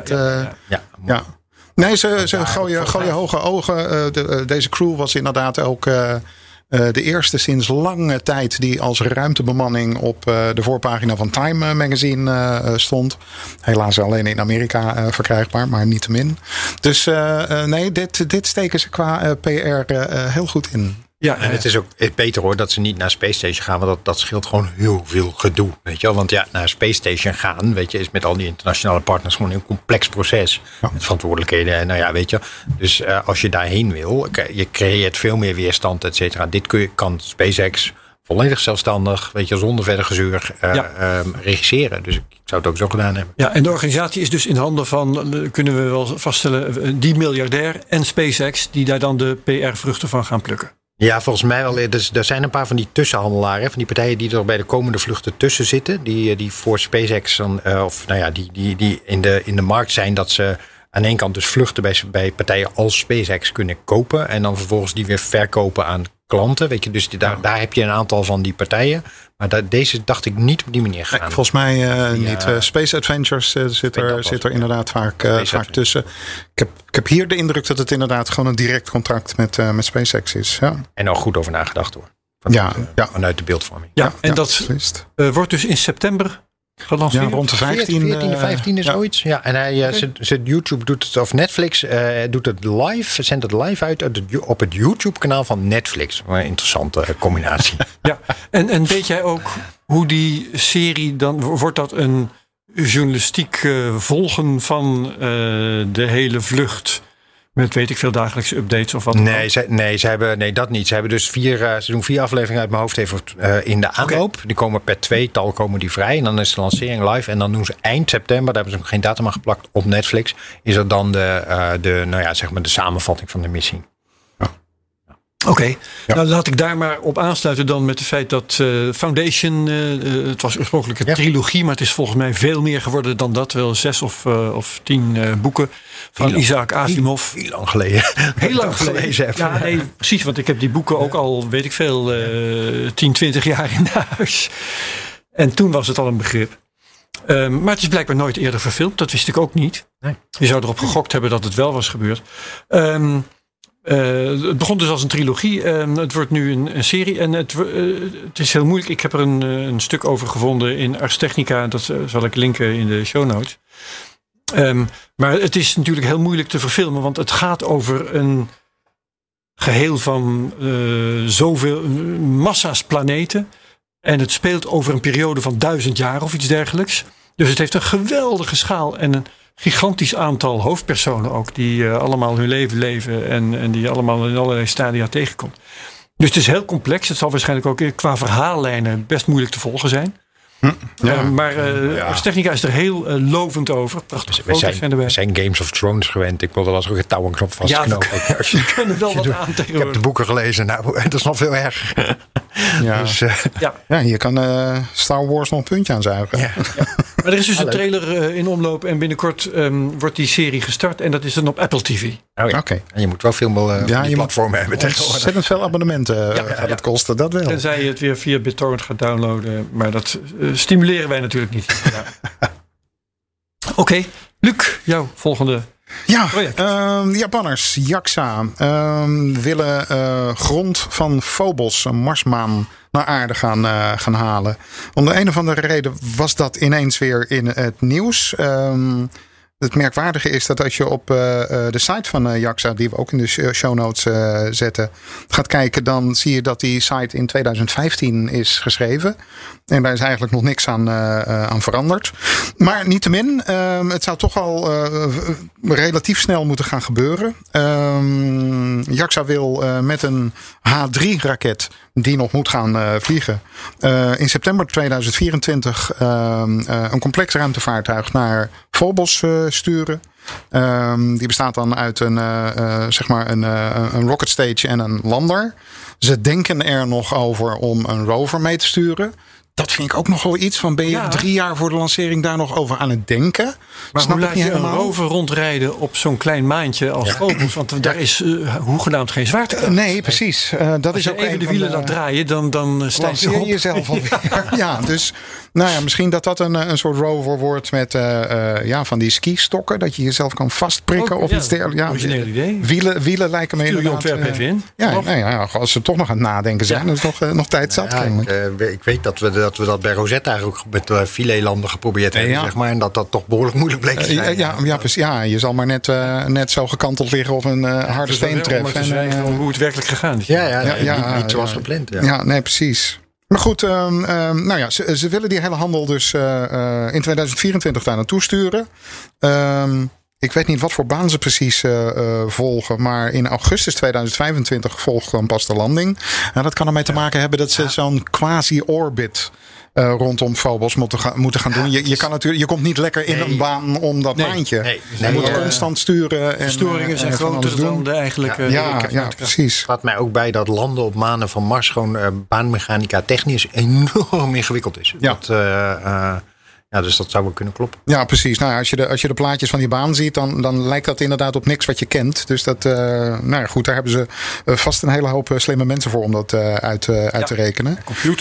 Nee, ze gooien hoge ogen. Deze crew was inderdaad ook de eerste sinds lange tijd die als ruimtebemanning op de voorpagina van Time magazine stond. Helaas alleen in Amerika verkrijgbaar, maar niettemin. Dus dit steken ze qua PR heel goed in. Ja, en het is ook beter hoor dat ze niet naar Space Station gaan. Want dat scheelt gewoon heel veel gedoe. Weet je wel? Want naar Space Station gaan, weet je, is met al die internationale partners gewoon een complex proces. Met verantwoordelijkheden en weet je. Dus als je daarheen wil, je creëert veel meer weerstand, et cetera. Dit kan SpaceX volledig zelfstandig, weet je, zonder verder gezeur regisseren. Dus ik zou het ook zo gedaan hebben. Ja, en de organisatie is dus in handen van, kunnen we wel vaststellen, die miljardair en SpaceX die daar dan de PR-vruchten van gaan plukken. Ja, volgens mij wel. Dus er zijn een paar van die tussenhandelaren, van die partijen die er bij de komende vluchten tussen zitten. Die voor SpaceX die in de markt zijn dat ze aan de ene kant dus vluchten bij partijen als SpaceX kunnen kopen. En dan vervolgens die weer verkopen aan klanten. Weet je, dus daar heb je een aantal van die partijen. Maar deze dacht ik niet op die manier gaan. Volgens mij niet. Space Adventures zit er inderdaad vaak tussen. Ik heb hier de indruk dat het inderdaad gewoon een direct contract met SpaceX is. Ja. En ook goed over nagedacht hoor. Vanuit de beeldvorming. Ja, en dat wordt dus in september gelanceerd? Ja, rond de 14e, 15e, zoiets. Ja, en hij, YouTube doet het, of Netflix doet het live, zendt het live uit op het YouTube-kanaal van Netflix. Een interessante combinatie. Ja, en weet jij ook hoe die serie dan, wordt dat een journalistiek volgen van de hele vlucht? Met weet ik veel dagelijkse updates of wat? Nee, dat niet. Ze hebben dus ze doen 4 afleveringen uit mijn hoofd even in de aanloop. Okay. Die komen per 2-tal komen die vrij. En dan is de lancering live. En dan doen ze eind september, daar hebben ze nog geen datum aan geplakt op Netflix. Is er dan de samenvatting van de missie. Oké, nou laat ik daar maar op aansluiten dan met het feit dat Foundation, het was oorspronkelijk een trilogie, maar het is volgens mij veel meer geworden dan dat. Wel 6 of 10 boeken van Isaac Asimov. Heel lang geleden. Heel lang geleden. Ja, nee, precies, want ik heb die boeken ook al, weet ik veel, 10, 20 jaar in huis. En toen was het al een begrip. Maar het is blijkbaar nooit eerder verfilmd, dat wist ik ook niet. Nee. Je zou erop gegokt hebben dat het wel was gebeurd. Het begon dus als een trilogie. Het wordt nu een serie. En het is heel moeilijk. Ik heb er een stuk over gevonden in Ars Technica. Dat zal ik linken in de show notes. Maar het is natuurlijk heel moeilijk te verfilmen. Want het gaat over een geheel van zoveel massa's planeten. En het speelt over een periode van 1000 jaar of iets dergelijks. Dus het heeft een geweldige schaal en een gigantisch aantal hoofdpersonen ook. Die allemaal hun leven leven en die allemaal in allerlei stadia tegenkomt. Dus het is heel complex. Het zal waarschijnlijk ook qua verhaallijnen best moeilijk te volgen zijn. Maar Ars Technica is er heel lovend over. Prachtige foto's zijn erbij. We zijn Games of Thrones gewend. Ik wilde wel eens ook een touw en knop vastknopen. Ja, je kunnen wel wat aan tegenwoordig. Ik heb de boeken gelezen. Nou, dat is nog veel erger. Dus, je kan Star Wars nog een puntje aanzuigen. Ja. Maar er is dus een trailer in omloop. En binnenkort wordt die serie gestart. En dat is dan op Apple TV. Oh ja. Okay. En je moet wel veel platformen hebben. Ontzettend veel abonnementen gaat het kosten. Dat wel. Tenzij je het weer via BitTorrent gaat downloaden. Maar dat stimuleren wij natuurlijk niet. Oké, Luc, jouw volgende project. Japanners, JAXA, willen grond van Phobos, een Marsmaan, naar aarde gaan halen. Om de een of andere reden was dat ineens weer in het nieuws. Het merkwaardige is dat als je op de site van JAXA, die we ook in de show notes zetten, gaat kijken, dan zie je dat die site in 2015 is geschreven. En daar is eigenlijk nog niks aan veranderd. Maar niettemin, het zou toch al relatief snel moeten gaan gebeuren. JAXA wil met een H3-raket, die nog moet gaan vliegen, in september 2024 een complex ruimtevaartuig naar Phobos sturen. Die bestaat dan uit een rocket stage en een lander. Ze denken er nog over om een rover mee te sturen. Dat vind ik ook nog wel iets van, ben je 3 jaar voor de lancering daar nog over aan het denken? Maar hoe laat je een rover rondrijden op zo'n klein maantje als Phobos? Want daar is hoegenaamd geen zwaartekracht. Nee, precies. Dat is je ook even de wielen laat draaien, dan stijgt ze op. Jezelf alweer. Ja, dus misschien dat een soort rover wordt met van die skistokken. Dat je jezelf kan vastprikken of iets dergelijks. Origineel idee. Wielen lijken me inderdaad. Stuur je ontwerp even in. Als ze toch nog aan het nadenken zijn, dan is het nog tijd zat. Ik weet dat we dat bij Rosetta ook met filelanden geprobeerd hebben, zeg maar. En dat toch behoorlijk moeilijk bleek te zijn. Precies. Je zal maar net zo gekanteld liggen op een harde steen treffen. Hoe het werkelijk gegaan is. Niet zoals gepland. Ja, nee, precies. Maar goed, ze willen die hele handel dus in 2024 daar naartoe sturen. Ik weet niet wat voor baan ze precies volgen. Maar in augustus 2025 volgt dan pas de landing. En dat kan ermee te maken hebben dat ze zo'n quasi-orbit rondom Phobos moeten gaan doen. Je kan natuurlijk, je komt niet lekker in een baan om dat maandje. Je moet constant sturen. Verstoringen zijn groter dan de eigenlijke. Ja, precies. Het gaat mij ook bij dat landen op manen van Mars gewoon baanmechanica technisch enorm ingewikkeld is. Dus dat zou wel kunnen kloppen. Ja, precies. Nou, als je de plaatjes van die baan ziet, dan lijkt dat inderdaad op niks wat je kent. Dus dat, goed, daar hebben ze vast een hele hoop slimme mensen voor om dat uit te rekenen. Computers.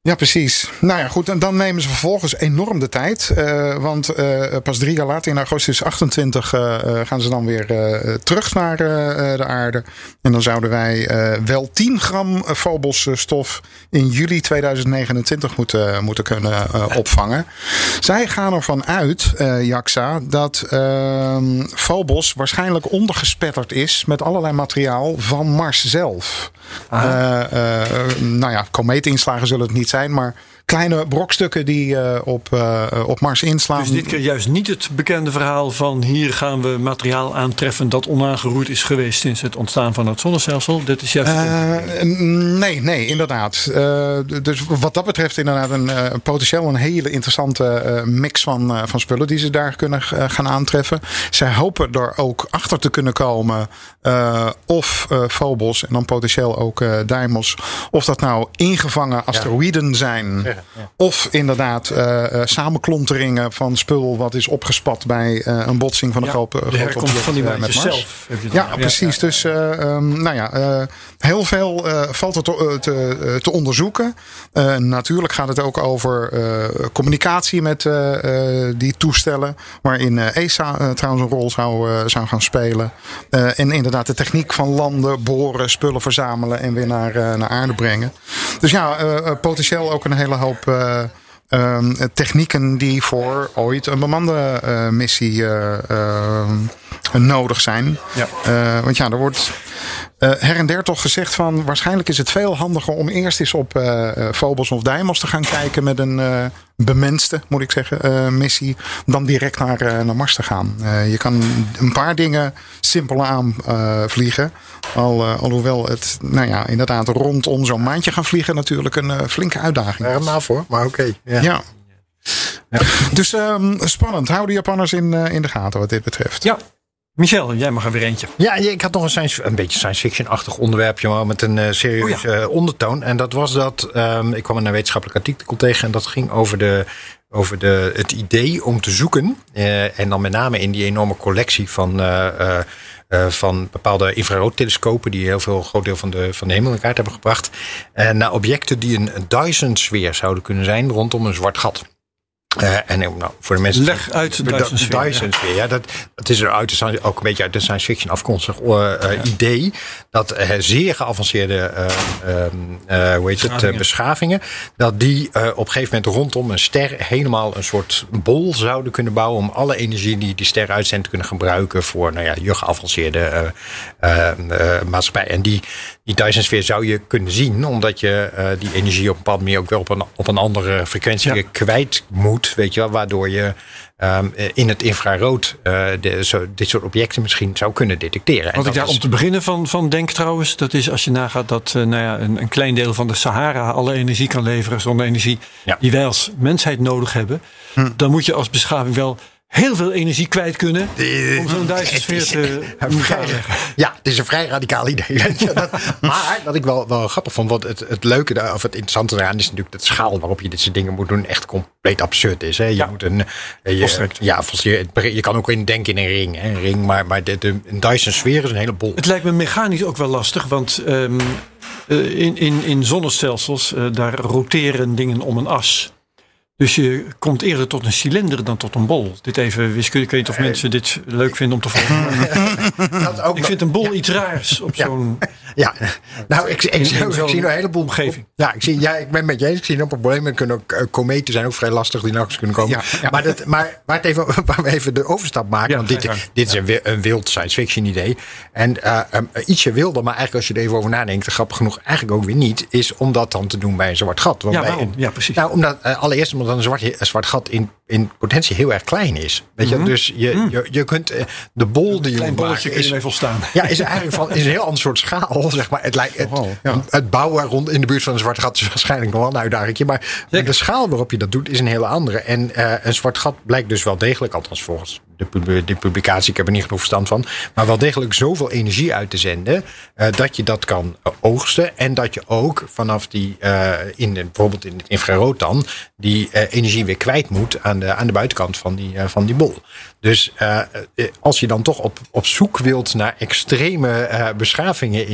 Ja, precies. Nou ja, goed. En dan nemen ze vervolgens enorm de tijd. Want pas 3 jaar later, in augustus 28, gaan ze dan weer terug naar de aarde. En dan zouden wij wel 10 gram Phobos-stof in juli 2029 moeten kunnen opvangen. Zij gaan ervan uit, JAXA, dat Phobos waarschijnlijk ondergespetterd is met allerlei materiaal van Mars zelf. Nou ja, komeetinslagen zullen het niet zijn, maar kleine brokstukken die op Mars inslaan. Dus dit keer juist niet het bekende verhaal van hier gaan we materiaal aantreffen dat onaangeroerd is geweest sinds het ontstaan van het zonnestelsel. Dit is juist. Nee, inderdaad. Dus wat dat betreft inderdaad een potentieel een hele interessante mix van spullen die ze daar kunnen gaan aantreffen. Zij hopen er ook achter te kunnen komen of Phobos en dan potentieel ook Deimos, of dat nou ingevangen asteroïden zijn. Ja. Of inderdaad samenklonteringen van spul wat is opgespat bij een botsing van een grote object van die met Mars. Zelf, ja, precies. Dus heel veel valt er te onderzoeken. Natuurlijk gaat het ook over communicatie met die toestellen, waarin ESA trouwens een rol zou gaan spelen. En inderdaad de techniek van landen, boren, spullen verzamelen en weer naar aarde brengen. Dus ja, potentieel ook een hele hoop technieken die voor ooit een bemande missie nodig zijn. Ja. Want ja, er wordt her en der toch gezegd van waarschijnlijk is het veel handiger om eerst eens op Phobos of Deimos te gaan kijken met een bemenste, moet ik zeggen, missie, dan direct naar Mars te gaan. Je kan een paar dingen simpeler aanvliegen. Alhoewel het, nou ja, inderdaad rondom zo'n maandje gaan vliegen natuurlijk een flinke uitdaging is. Helemaal voor, maar oké. Ja. Dus spannend. Hou de Japanners in de gaten wat dit betreft. Ja. Michel, jij mag er weer eentje. Ja, ik had nog een beetje science fiction-achtig onderwerpje, maar met een serieuze ondertoon. En dat was dat, ik kwam een wetenschappelijk artikel tegen en dat ging over het idee om te zoeken. En dan met name in die enorme collectie van bepaalde infraroodtelescopen die heel veel groot deel van de hemel in kaart hebben gebracht. Naar objecten die een Dyson-sfeer zouden kunnen zijn rondom een zwart gat. Voor de mensen. Leg uit de Dyson-sfeer. Ja, dat is ook een beetje uit de science fiction afkomstig idee. Dat zeer geavanceerde beschavingen. Dat die op een gegeven moment rondom een ster helemaal een soort bol zouden kunnen bouwen. Om alle energie die die ster uitzendt te kunnen gebruiken voor je geavanceerde maatschappij. En die Dyson-sfeer zou je kunnen zien, omdat je die energie op een bepaalde manier ook wel op een andere frequentie kwijt moet. Weet je wel, waardoor je in het infrarood dit soort objecten misschien zou kunnen detecteren. Wat ik daar om te beginnen van denk trouwens, dat is als je nagaat dat een klein deel van de Sahara alle energie kan leveren, zonne-energie die wij als mensheid nodig hebben. Dan moet je als beschaving wel heel veel energie kwijt kunnen om zo'n Dyson-sfeer te krijgen. Ja, het is een vrij radicaal idee. Maar wat ik wel grappig vond, want het leuke of het interessante eraan is natuurlijk dat de schaal waarop je dit soort dingen moet doen echt compleet absurd is. Hè? Je moet je kan ook denken in een ring. Hè? Een ring, maar een Dyson-sfeer is een hele bol. Het lijkt me mechanisch ook wel lastig, want in zonnestelsels daar roteren dingen om een as. Dus je komt eerder tot een cilinder dan tot een bol. Dit even wiskunde. Ik weet niet of mensen dit leuk vinden om te volgen. Ik vind een bol iets raars op zo'n. Ja, nou, ik zie een heleboel omgeving. Ja, ik ben met je eens. Ik zie een probleem. Kometen zijn ook vrij lastig die nog eens kunnen komen. Ja. Maar waar we even de overstap maken. Want dit is een wild science fiction idee. En ietsje wilder, maar eigenlijk als je er even over nadenkt, grappig genoeg eigenlijk ook weer niet, is om dat dan te doen bij een zwart gat. Waarom? Ja, precies. Nou, omdat allereerst omdat een zwart gat in potentie heel erg klein is. Weet je? Dus je kunt de bol die je klein bolletje kun je mee volstaan. Ja, is eigenlijk is een heel ander soort schaal, zeg maar. Het bouwen rond in de buurt van een zwart gat is waarschijnlijk nog wel een uitdaging. Maar de schaal waarop je dat doet is een hele andere. En een zwart gat blijkt dus wel degelijk, althans volgens de publicatie, ik heb er niet genoeg verstand van. Maar wel degelijk zoveel energie uit te zenden. Dat je dat kan oogsten. En dat je ook vanaf bijvoorbeeld in het infrarood dan, die energie weer kwijt moet aan de buitenkant van die bol. Dus als je dan toch op zoek wilt naar extreme beschavingen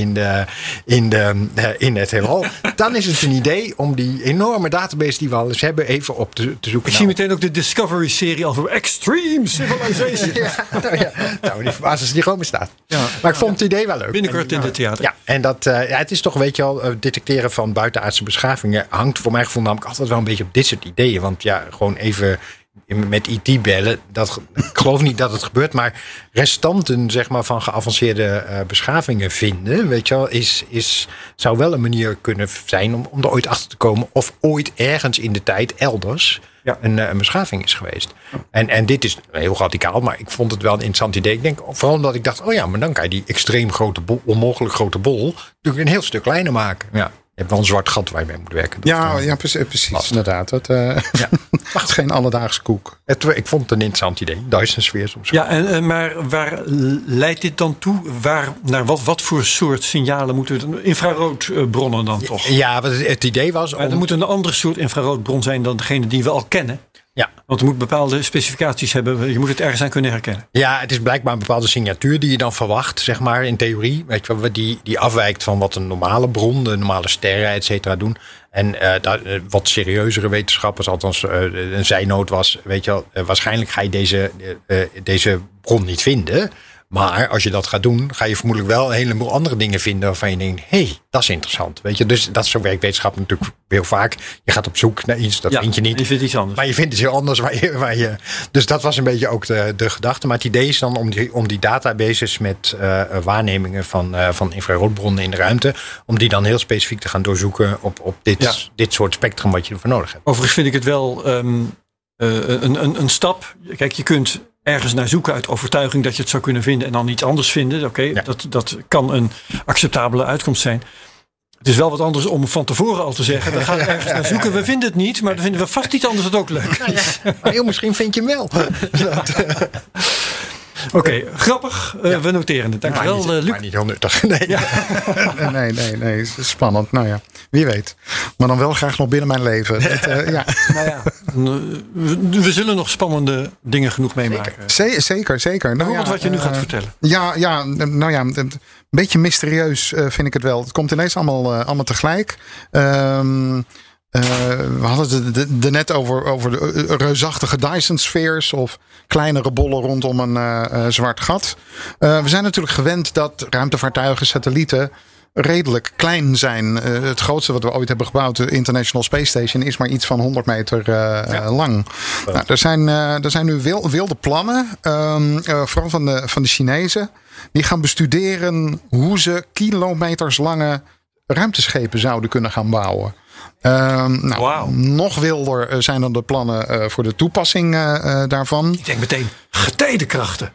in het heelal, dan is het een idee om die enorme database die we al eens hebben even op te zoeken. Ik zie meteen ook de Discovery-serie al voor Extreme Civilization. Nou, die verbazen als die gewoon bestaat. Ja. Maar ik vond het idee wel leuk. Binnenkort in het theater. Ja, en dat, het is toch, weet je wel, detecteren van buitenaardse beschavingen hangt voor mijn gevoel namelijk altijd wel een beetje op dit soort ideeën. Want ja, gewoon even met IT bellen, ik geloof niet dat het gebeurt, maar restanten zeg maar, van geavanceerde beschavingen vinden, weet je wel, zou wel een manier kunnen zijn om er ooit achter te komen of ooit ergens in de tijd elders een beschaving is geweest. En dit is heel radicaal, maar ik vond het wel een interessant idee. Ik denk vooral omdat ik dacht, maar dan kan je die extreem grote bol, onmogelijk grote bol, natuurlijk een heel stuk kleiner maken. Ja. Je hebt wel een zwart gat waar je mee moet werken. Ja, precies. Inderdaad. Het is geen alledaagse koek. Ik vond het een interessant idee. Dyson-sfeer soms. Ja, maar waar leidt dit dan toe? Naar wat voor soort signalen moeten we... Infraroodbronnen dan toch? Ja, het idee was... Er moet een ander soort infraroodbron zijn dan degene die we al kennen. Ja. Want het moet bepaalde specificaties hebben. Je moet het ergens aan kunnen herkennen. Ja, het is blijkbaar een bepaalde signatuur die je dan verwacht, zeg maar, in theorie. Weet je wel, die afwijkt van wat een normale bron, de normale sterren, et cetera, doen. En wat serieuzere wetenschappers, althans een zijnoot was, weet je wel, waarschijnlijk ga je deze bron niet vinden. Maar als je dat gaat doen, ga je vermoedelijk wel een heleboel andere dingen vinden waarvan je denkt, dat is interessant. Weet je, dus dat is zo werkt wetenschap natuurlijk heel vaak. Je gaat op zoek naar iets, dat vind je niet. Je vindt iets anders. Maar je vindt iets heel anders. Dus dat was een beetje ook de gedachte. Maar het idee is dan om die databases met waarnemingen van infraroodbronnen in de ruimte, om die dan heel specifiek te gaan doorzoeken op dit soort spectrum wat je ervoor nodig hebt. Overigens vind ik het wel een stap. Kijk, je kunt ergens naar zoeken uit overtuiging dat je het zou kunnen vinden en dan iets anders vinden. Oké, dat kan een acceptabele uitkomst zijn. Het is wel wat anders om van tevoren al te zeggen, we gaan ergens naar zoeken. We vinden het niet, maar dan vinden we vast iets anders wat ook leuk is. Maar misschien vind je hem wel. Oké, grappig. We noteren het. Dankjewel, Luc. Maar niet heel nuttig. Nee. Ja. Nee. Spannend. Nou ja, wie weet. Maar dan wel graag nog binnen mijn leven. Nou ja, we zullen nog spannende dingen genoeg meemaken. Zeker. Bijvoorbeeld wat je nu gaat vertellen. Een beetje mysterieus vind ik het wel. Het komt ineens allemaal tegelijk. We hadden het er net over de reusachtige Dyson-sfeers of kleinere bollen rondom een zwart gat. We zijn natuurlijk gewend dat ruimtevaartuigen, satellieten redelijk klein zijn. Het grootste wat we ooit hebben gebouwd, de International Space Station, is maar iets van 100 meter lang. Nou, er zijn nu wilde plannen, vooral van de Chinezen. Die gaan bestuderen hoe ze kilometers lange ruimteschepen zouden kunnen gaan bouwen. Nog wilder zijn dan de plannen voor de toepassing daarvan. Ik denk meteen getijdenkrachten.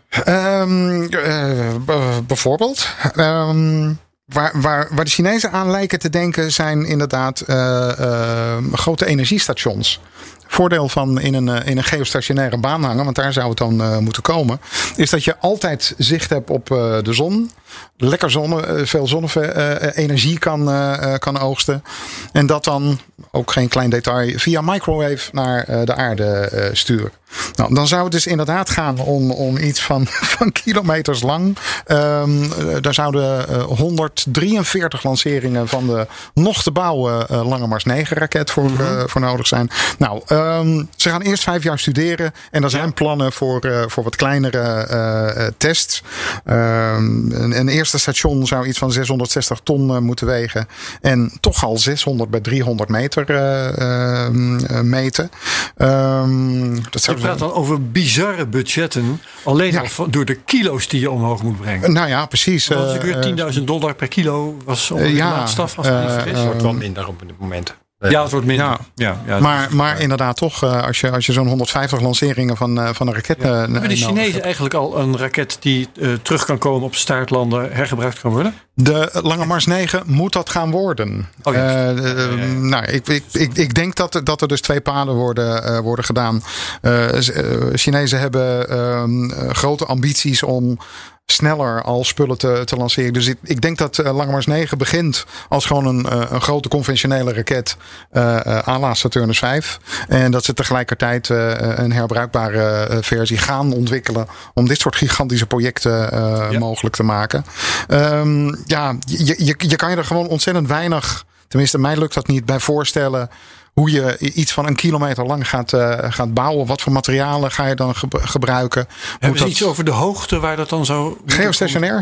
Bijvoorbeeld. Waar de Chinezen aan lijken te denken zijn inderdaad grote energiestations. Voordeel van in een geostationaire baan hangen, want daar zou het dan moeten komen, is dat je altijd zicht hebt op de zon. Lekker veel zonne-energie kan oogsten. En dat dan, ook geen klein detail, via microwave naar de aarde sturen. Nou, dan zou het dus inderdaad gaan om iets van kilometers lang. Daar zouden 143 lanceringen van de nog te bouwen Lange Mars 9 raket voor nodig zijn. Nou, ze gaan eerst 5 jaar studeren. En er zijn plannen voor wat kleinere tests. Een eerste station zou iets van 660 ton moeten wegen. En toch al 600 bij 300 meter meten. Je praat dan over bizarre budgetten. Alleen al door de kilo's die je omhoog moet brengen. Nou ja, precies. $10.000 per kilo was ongeveer de laatste staf. Het wordt wel minder op dit moment. Ja, het wordt minder. Maar inderdaad toch, als je zo'n 150 lanceringen van een raket... Hebben de Chinezen eigenlijk al een raket die terug kan komen op staartlanden hergebruikt kan worden? De Lange Mars 9 moet dat gaan worden. Ik denk dat er dus 2 paden worden gedaan. Chinezen hebben grote ambities om sneller al spullen te lanceren. Dus ik denk dat Lange Mars 9 begint als gewoon een grote conventionele raket à la Saturnus 5. En dat ze tegelijkertijd een herbruikbare versie gaan ontwikkelen om dit soort gigantische projecten mogelijk te maken. Je kan je er gewoon ontzettend weinig, tenminste mij lukt dat niet, bij voorstellen hoe je iets van 1 kilometer lang gaat bouwen. Wat voor materialen ga je dan gebruiken? Hebben ze iets over de hoogte waar dat dan zo... Geostationair.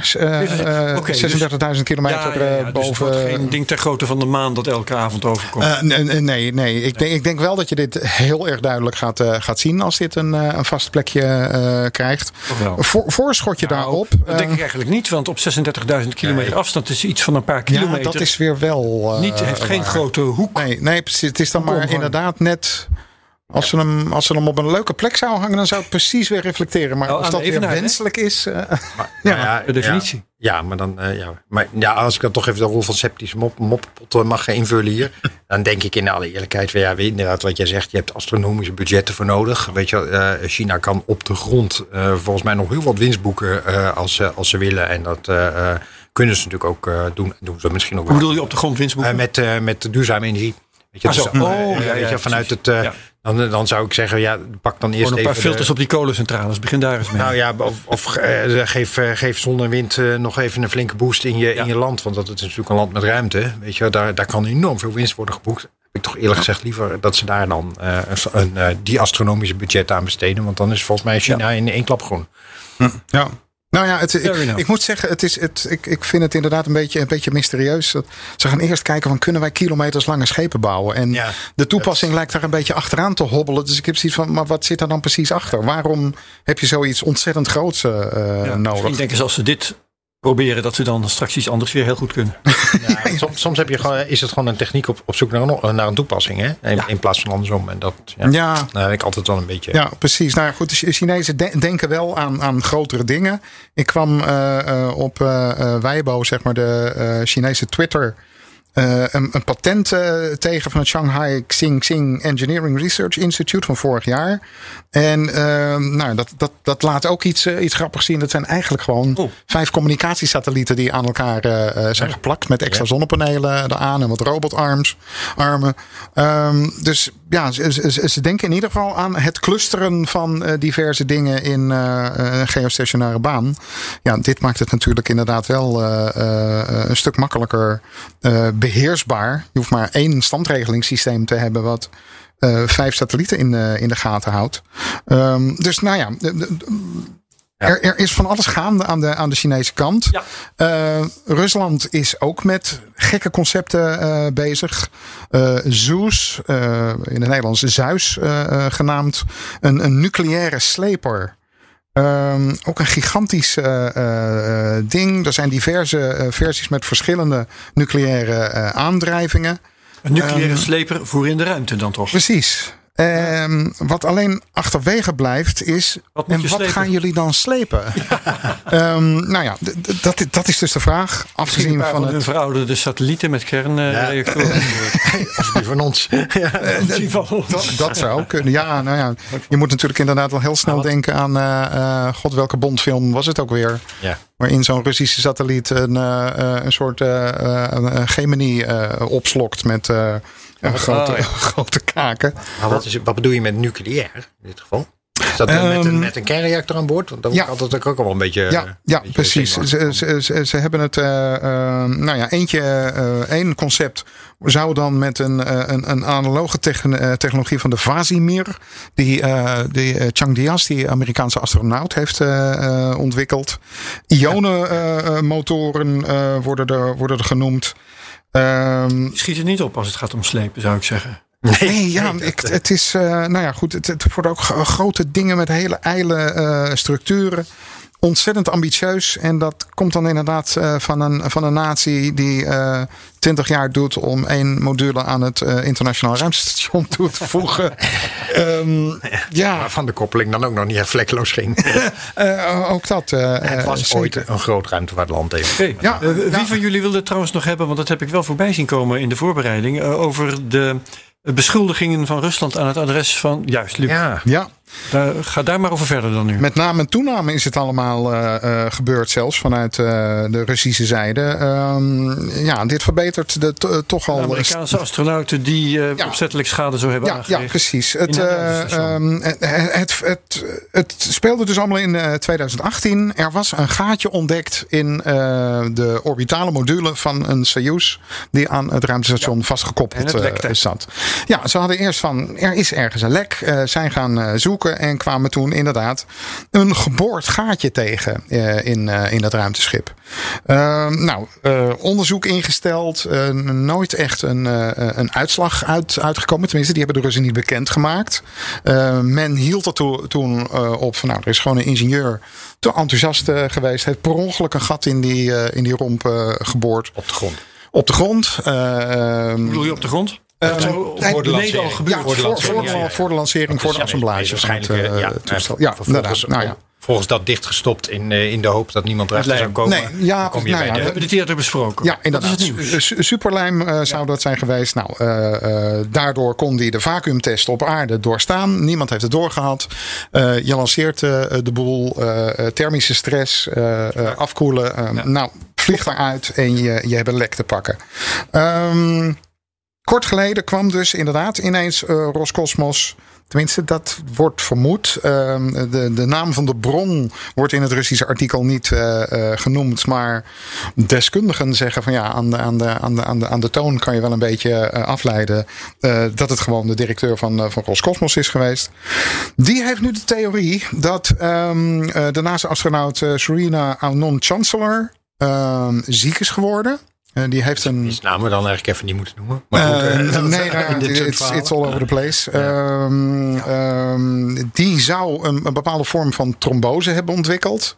36.000 kilometer boven. Dus geen ding ter grootte van de maan dat elke avond overkomt. Nee. Ik denk wel dat je dit heel erg duidelijk gaat zien als dit een vast plekje krijgt. Voorschot je daarop? Dat denk ik eigenlijk niet. Want op 36.000 kilometer afstand is iets van een paar kilometer. Ja, dat is weer wel... heeft geen grote hoek. Nee, precies. Het is dan maar inderdaad net... Als ze hem op een leuke plek zou hangen, dan zou het precies weer reflecteren. Maar of dat weer wenselijk is... de definitie. Maar dan... als ik dan toch even de rol van sceptische moppelpot mag invullen hier... dan denk ik in alle eerlijkheid... inderdaad wat jij zegt, je hebt astronomische budgetten voor nodig. Weet je, China kan op de grond volgens mij nog heel wat winst boeken als ze willen. En dat... kunnen ze natuurlijk ook doen ze misschien ook. Hoe bedoel je op de grond winst boeken? Met duurzame energie. Weet je, vanuit het... Dan zou ik zeggen, pak dan eerst een paar filters op die kolencentrales. Begin daar eens mee. Nou ja, geef zon en wind nog even een flinke boost in je land. Want dat is natuurlijk een land met ruimte. Weet je, daar kan enorm veel winst worden geboekt. Heb ik toch eerlijk gezegd liever dat ze daar dan die astronomische budget aan besteden. Want dan is volgens mij China in 1 klap groen. Ja. Nou ja, ik moet zeggen, ik vind het inderdaad een beetje mysterieus. Ze gaan eerst kijken van kunnen wij kilometers lange schepen bouwen. En de toepassing lijkt daar een beetje achteraan te hobbelen. Dus ik heb zoiets van, maar wat zit er dan precies achter? Waarom heb je zoiets ontzettend groots nodig? Ik denk als ze dit proberen, dat ze dan straks iets anders weer heel goed kunnen. Soms is het gewoon een techniek op zoek naar een toepassing. Hè? In plaats van andersom. En dat heb ik altijd wel een beetje... Ja, precies. Nou goed, de Chinezen denken wel aan grotere dingen. Ik kwam op Weibo, zeg maar, de Chinese Twitter... een patent tegen van het Shanghai Xing Engineering Research Institute van vorig jaar. En dat laat ook iets grappigs zien. Dat zijn eigenlijk gewoon 5 communicatiesatellieten die aan elkaar zijn geplakt. Met extra zonnepanelen eraan en wat robotarmen. Dus ja, ze denken in ieder geval aan het clusteren van diverse dingen in een geostationaire baan. Ja, dit maakt het natuurlijk inderdaad wel een stuk makkelijker beheersbaar. Je hoeft maar 1 standregelingssysteem te hebben wat 5 satellieten in de gaten houdt. Dus nou ja, er is van alles gaande aan de Chinese kant. Ja. Rusland is ook met gekke concepten bezig. Zeus, in het Nederlands Zeus genaamd, een nucleaire sleper. Ook een gigantisch ding. Er zijn diverse versies met verschillende nucleaire aandrijvingen. Een nucleaire sleper voor in de ruimte dan toch? Precies. Wat alleen achterwege blijft is... Wat gaan jullie dan slepen? Nou ja, dat is dus de vraag. Afgezien van hun verouderde satellieten met kernreactoren. Of die van ons. Dat zou ook kunnen. Ja, nou ja. Je moet natuurlijk inderdaad wel heel snel denken aan... God, welke Bondfilm was het ook weer? Ja. Waarin zo'n Russische satelliet een soort Gemini opslokt met... grote kaken. Maar wat bedoel je met nucleair in dit geval? Is dat met een kernreactor aan boord? Want dat kan dat ook al een beetje... Ja, precies. Ze hebben het... één concept zou dan met een analoge technologie van de Vasimir... die Chang Dias, die Amerikaanse astronaut, heeft ontwikkeld. Ionenmotoren worden er genoemd. Schiet het niet op als het gaat om slepen, zou ik zeggen. Het is... goed, het wordt ook grote dingen met hele ijle structuren. ontzettend ambitieus. En dat komt dan inderdaad van een natie die 20 jaar doet om 1 module aan het internationaal ruimtestation toe te voegen. Waarvan de koppeling dan ook nog niet vlekkeloos ging. Ook dat. Het was zeker. ooit een groot ruimtevaartland even. Okay. Ja, wie van jullie wilde het trouwens nog hebben, want dat heb ik wel voorbij zien komen in de voorbereiding, over de beschuldigingen van Rusland aan het adres van... Juist, Luc. Ja. Ga daar maar over verder dan nu. Met name en toename is het allemaal gebeurd zelfs vanuit de Russische zijde. Dit verbetert toch al... De Amerikaanse astronauten die opzettelijk schade zo hebben aangericht. Ja, precies. Het speelde dus allemaal in 2018. Er was een gaatje ontdekt in de orbitale module van een Soyuz die aan het ruimtestation vastgekoppeld zat. Ja, ze hadden eerst van, er is ergens een lek. Zijn gaan zoeken en kwamen toen inderdaad een geboord gaatje tegen in dat ruimteschip. Onderzoek ingesteld. Nooit echt een uitslag uitgekomen. Tenminste, die hebben de Russen niet bekendgemaakt. Men hield er toen op van, er is gewoon een ingenieur te enthousiast geweest. Heeft per ongeluk een gat in die romp geboord. Op de grond. Bedoel je op de grond? Voor de lancering. Voor de lancering, voor de assemblage. Waarschijnlijk. Volgens dat dichtgestopt in de hoop dat niemand erachter zou komen. We hebben dit eerder besproken. Ja, inderdaad. Superlijm zou dat zijn geweest. Daardoor kon die de vacuümtest op aarde doorstaan. Niemand heeft het doorgehad. Je lanceert de boel. Thermische stress. Afkoelen. Vlieg eruit en je hebt een lek te pakken. Kort geleden kwam dus inderdaad ineens Roscosmos. Tenminste, dat wordt vermoed. De naam van de bron wordt in het Russische artikel niet genoemd. Maar deskundigen zeggen van aan de toon kan je wel een beetje afleiden dat het gewoon de directeur van Roscosmos is geweest. Die heeft nu de theorie dat de NASA-astronaut Serena Aunon-Chancellor ziek is geworden. Die heeft die namen we dan eigenlijk even niet moeten noemen. Maar it's all over the place. Die zou een bepaalde vorm van trombose hebben ontwikkeld.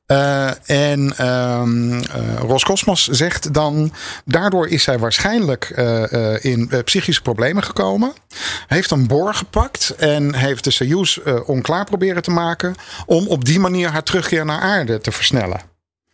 Roscosmos zegt dan, daardoor is zij waarschijnlijk in psychische problemen gekomen. Heeft een boor gepakt en heeft de Soyuz onklaar proberen te maken om op die manier haar terugkeer naar aarde te versnellen.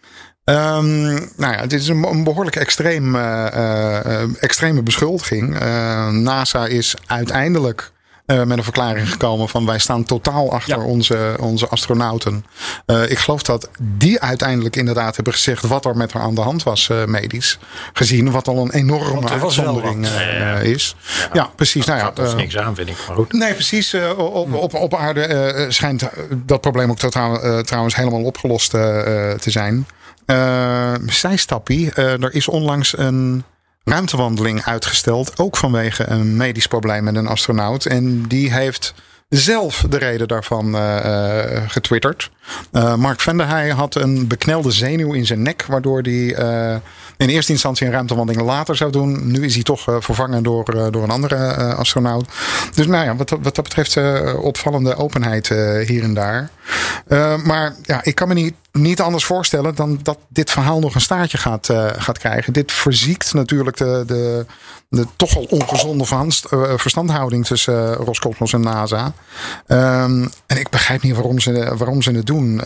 Dit is een behoorlijk extreme beschuldiging. NASA is uiteindelijk met een verklaring gekomen van wij staan totaal achter onze astronauten. Ik geloof dat die uiteindelijk inderdaad hebben gezegd wat er met haar aan de hand was medisch. Gezien wat al een enorme uitzondering is. Ja, precies. Dat is niks aan, vind ik. Maar goed. Nee, precies. Op aarde schijnt dat probleem ook trouwens helemaal opgelost te zijn. Zijstappie. Er is onlangs een ruimtewandeling uitgesteld. Ook vanwege een medisch probleem met een astronaut. En die heeft zelf de reden daarvan getwitterd. Mark Vanderhey had een beknelde zenuw in zijn nek. Waardoor hij in eerste instantie een ruimtewandeling later zou doen. Nu is hij toch vervangen door een andere astronaut. Dus wat dat betreft opvallende openheid hier en daar. Maar ik kan me niet anders voorstellen dan dat dit verhaal nog een staartje gaat krijgen. Dit verziekt natuurlijk de toch al ongezonde verstandhouding tussen Roscosmos en NASA. En ik begrijp niet waarom ze het doen.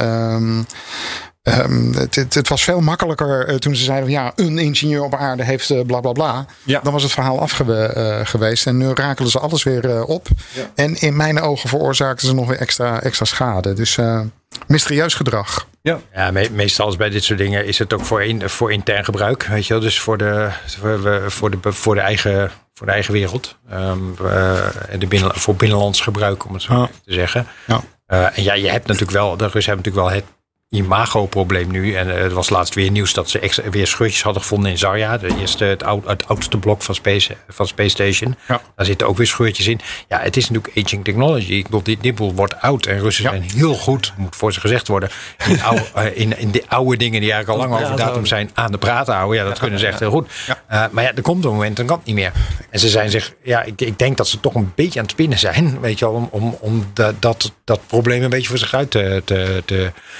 Het was veel makkelijker toen ze zeiden een ingenieur op aarde heeft bla bla bla. Ja. Dan was het verhaal af geweest. En nu rakelen ze alles weer op. Ja. En in mijn ogen veroorzaken ze nog weer extra schade. Dus mysterieus gedrag. Ja, meestal is bij dit soort dingen is het ook voor intern gebruik. Weet je wel? Dus voor de eigen wereld. Voor binnenlands gebruik, om het zo te zeggen. Ja. En je hebt natuurlijk wel, de Russen hebben natuurlijk wel het imago-probleem nu. En er was laatst weer nieuws dat ze weer scheurtjes hadden gevonden in Zarya. Het oudste blok van Space Station. Ja. Daar zitten ook weer scheurtjes in. Ja, het is natuurlijk aging technology. Ik bedoel, dit wordt oud. En Russen zijn heel goed, moet voor ze gezegd worden, in de oude dingen die eigenlijk al lang over datum zijn aan de praat houden. Ja, dat kunnen ze echt heel goed. Ja. Maar er komt een moment, dan kan het niet meer. En ze zijn zich, ik denk dat ze toch een beetje aan het spinnen zijn. Weet je wel, om dat probleem een beetje voor zich uit te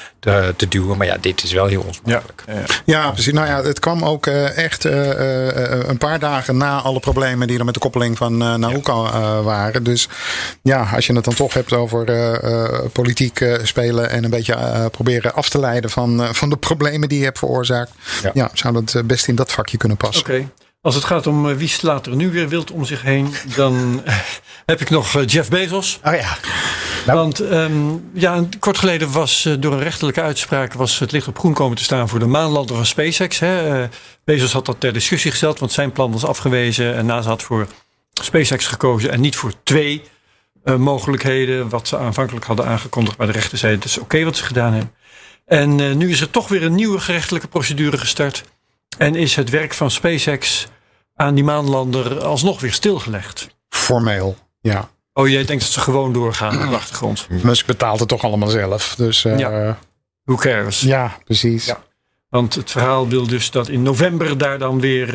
te duwen. Maar ja, dit is wel heel onsmakelijk. Ja, precies. Nou ja, het kwam ook echt een paar dagen na alle problemen die er met de koppeling van Nabucco waren. Dus ja, als je het dan toch hebt over politiek spelen en een beetje proberen af te leiden van de problemen die je hebt veroorzaakt. Ja, zou dat best in dat vakje kunnen passen. Oké. Als het gaat om wie slaat er nu weer wild om zich heen, dan heb ik nog Jeff Bezos. Oh ja. Want kort geleden was door een rechterlijke uitspraak het licht op groen komen te staan voor de maanlander van SpaceX. Bezos had dat ter discussie gesteld, want zijn plan was afgewezen en NASA had voor SpaceX gekozen en niet voor 2 mogelijkheden, wat ze aanvankelijk hadden aangekondigd. Maar de rechter zei het is oké wat ze gedaan hebben. En nu is er toch weer een nieuwe gerechtelijke procedure gestart en is het werk van SpaceX aan die maanlander alsnog weer stilgelegd. Formeel, ja. Oh, jij denkt dat ze gewoon doorgaan op de achtergrond. Musk betaalt het toch allemaal zelf. Dus, who cares? Ja, precies. Ja. Want het verhaal wil dus dat in november daar dan weer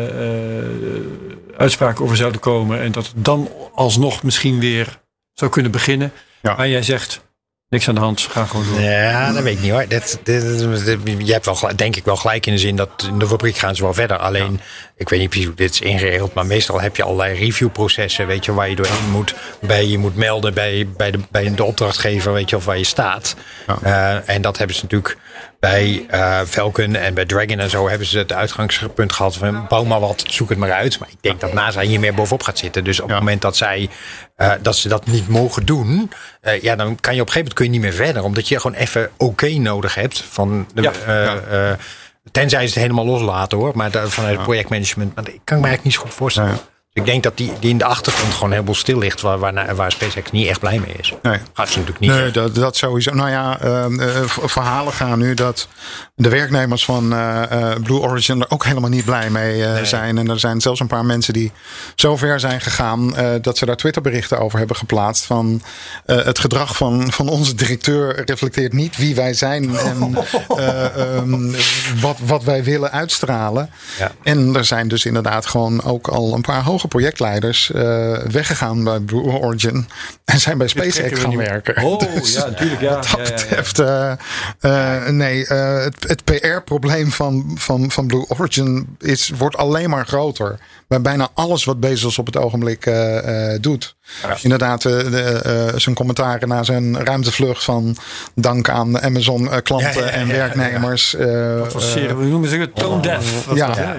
uitspraken over zouden komen. En dat het dan alsnog misschien weer zou kunnen beginnen. Ja. Maar jij zegt, niks aan de hand, ga gewoon door. Ja, dat weet ik niet hoor. Je hebt wel, denk ik wel gelijk in de zin dat in de fabriek gaan ze wel verder. Alleen, ik weet niet precies hoe dit is ingeregeld. Maar meestal heb je allerlei reviewprocessen, weet je, waar je doorheen moet. Je moet melden bij de opdrachtgever, weet je, of waar je staat. Ja. En dat hebben ze natuurlijk bij Falcon en bij Dragon en zo hebben ze het uitgangspunt gehad van bouw maar wat, zoek het maar uit. Maar ik denk dat NASA hier meer bovenop gaat zitten. Dus op het moment dat dat ze dat niet mogen doen, dan kan je op een gegeven moment niet meer verder. Omdat je gewoon even oké nodig hebt van tenzij ze het helemaal loslaten hoor. Maar vanuit het projectmanagement, maar ik kan me eigenlijk niet zo goed voorstellen. Ja. Ik denk dat die in de achtergrond gewoon heel veel stil ligt. Waar SpaceX niet echt blij mee is. Nee, gaat ze natuurlijk niet. Nee, dat sowieso. Nou ja, verhalen gaan nu dat de werknemers van Blue Origin er ook helemaal niet blij mee zijn. En er zijn zelfs een paar mensen die zo ver zijn gegaan dat ze daar Twitterberichten over hebben geplaatst. Van het gedrag van onze directeur reflecteert niet wie wij zijn. En wat wij willen uitstralen. Ja. En er zijn dus inderdaad gewoon ook al een paar hoge projectleiders weggegaan bij Blue Origin en zijn bij SpaceX gaan werken. Oh, dus, ja, natuurlijk. Ja. Wat dat betreft, het PR-probleem van Blue Origin wordt alleen maar groter. Bij bijna alles wat Bezos op het ogenblik doet. Ja. Inderdaad, zijn commentaren na zijn ruimtevlucht van dank aan Amazon klanten en werknemers. Dat was zeer, we noemen ze het tone deaf.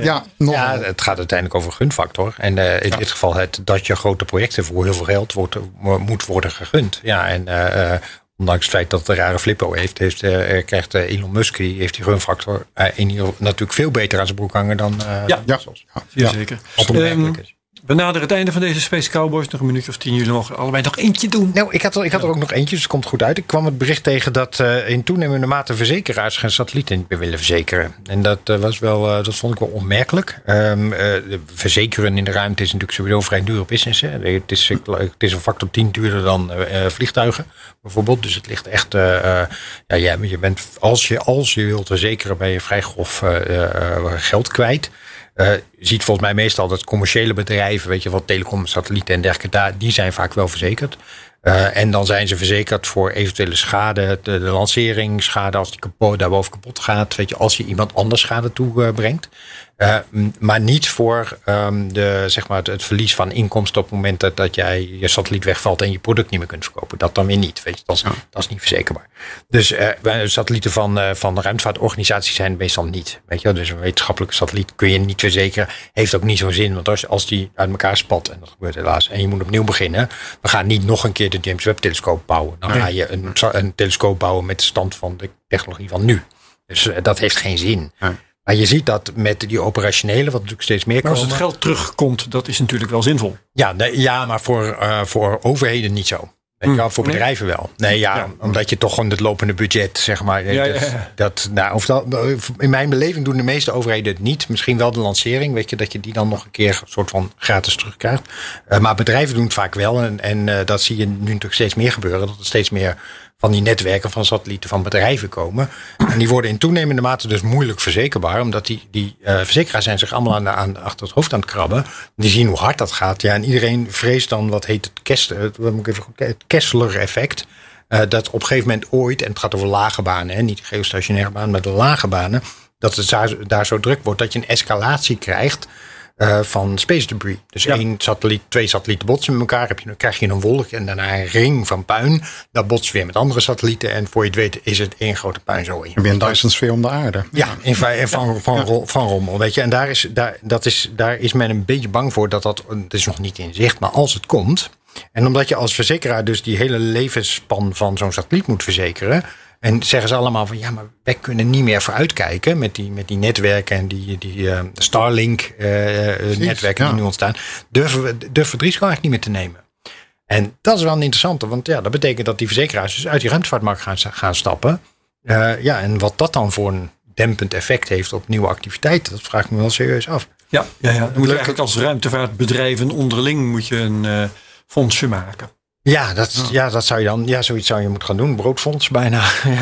Het gaat uiteindelijk over gunfactor. En in dit geval dat je grote projecten voor heel veel geld moet worden gegund. Ja, en ondanks het feit dat het een rare flippo krijgt Elon Musk heeft die gunfactor natuurlijk veel beter aan zijn broek hangen dan zeker. We naderen het einde van deze Space Cowboys. Nog een minuutje of 10. Jullie mogen allebei nog eentje doen. Nou, ik had er ook nog eentje, dus het komt goed uit. Ik kwam het bericht tegen dat in toenemende mate verzekeraars geen satellieten niet meer willen verzekeren. En dat vond ik wel onmerkelijk. Verzekeren in de ruimte is natuurlijk sowieso vrij dure business. Hè. Het is een factor 10 duurder dan vliegtuigen, bijvoorbeeld. Dus het ligt echt. Je bent als je wilt verzekeren, ben je vrij grof geld kwijt. Je ziet volgens mij meestal dat commerciële bedrijven, weet je, wat telecom, satellieten en dergelijke, die zijn vaak wel verzekerd. En dan zijn ze verzekerd voor eventuele schade, de lancering, schade als die daarboven kapot gaat, weet je, als je iemand anders schade toebrengt. Maar niet voor het verlies van inkomsten op het moment dat je satelliet wegvalt en je product niet meer kunt verkopen. Dat dan weer niet. Weet je, dat is niet verzekerbaar. Dus satellieten van de ruimtevaartorganisaties zijn het meestal niet. Weet je, dus een wetenschappelijke satelliet kun je niet verzekeren. Heeft ook niet zo'n zin. Want als die uit elkaar spat, en dat gebeurt helaas, en je moet opnieuw beginnen. We gaan niet nog een keer de James Webb telescoop bouwen. Dan ga je een telescoop bouwen met de stand van de technologie van nu. Dus dat heeft geen zin. Nee. Maar je ziet dat met die operationele, wat natuurlijk steeds meer komen. Als het geld terugkomt, dat is natuurlijk wel zinvol. Ja, maar voor overheden niet zo. Voor bedrijven wel. Omdat je toch gewoon het lopende budget, zeg maar. In mijn beleving doen de meeste overheden het niet. Misschien wel de lancering, weet je, dat je die dan nog een keer soort van gratis terugkrijgt. Maar bedrijven doen het vaak wel. En dat zie je nu natuurlijk steeds meer gebeuren. Dat er steeds meer van die netwerken van satellieten van bedrijven komen. En die worden in toenemende mate dus moeilijk verzekerbaar. Omdat die verzekeraars zijn zich allemaal achter het hoofd aan het krabben. Die zien hoe hard dat gaat. Ja, en iedereen vreest dan, wat heet het Kessler-effect. dat op een gegeven moment ooit, en het gaat over lage banen, hè, niet de geostationaire banen, maar de lage banen, dat het daar zo druk wordt dat je een escalatie krijgt van space debris. Dus 2 satellieten botsen met elkaar, krijg je een wolk en daarna een ring van puin. Dat botst weer met andere satellieten en voor je het weet is het één grote puinzooi. Je bent een Dyson-sfeer om de aarde. Ja, van rommel. Weet je. En daar is men een beetje bang voor dat is nog niet in zicht, maar als het komt. En omdat je als verzekeraar dus die hele levensspan van zo'n satelliet moet verzekeren. En zeggen ze allemaal van ja, maar wij kunnen niet meer vooruitkijken met die netwerken en die Starlink netwerken die nu ontstaan. Durven we het risico eigenlijk niet meer te nemen. En dat is wel een interessante, want ja, dat betekent dat die verzekeraars dus uit die ruimtevaartmarkt gaan stappen. En wat dat dan voor een dempend effect heeft op nieuwe activiteiten, dat vraag ik me wel serieus af. Ja. Dan moet je eigenlijk als ruimtevaartbedrijven onderling moet je een fondsje maken. Dat zou je dan, zoiets zou je moeten gaan doen. Broodfonds bijna.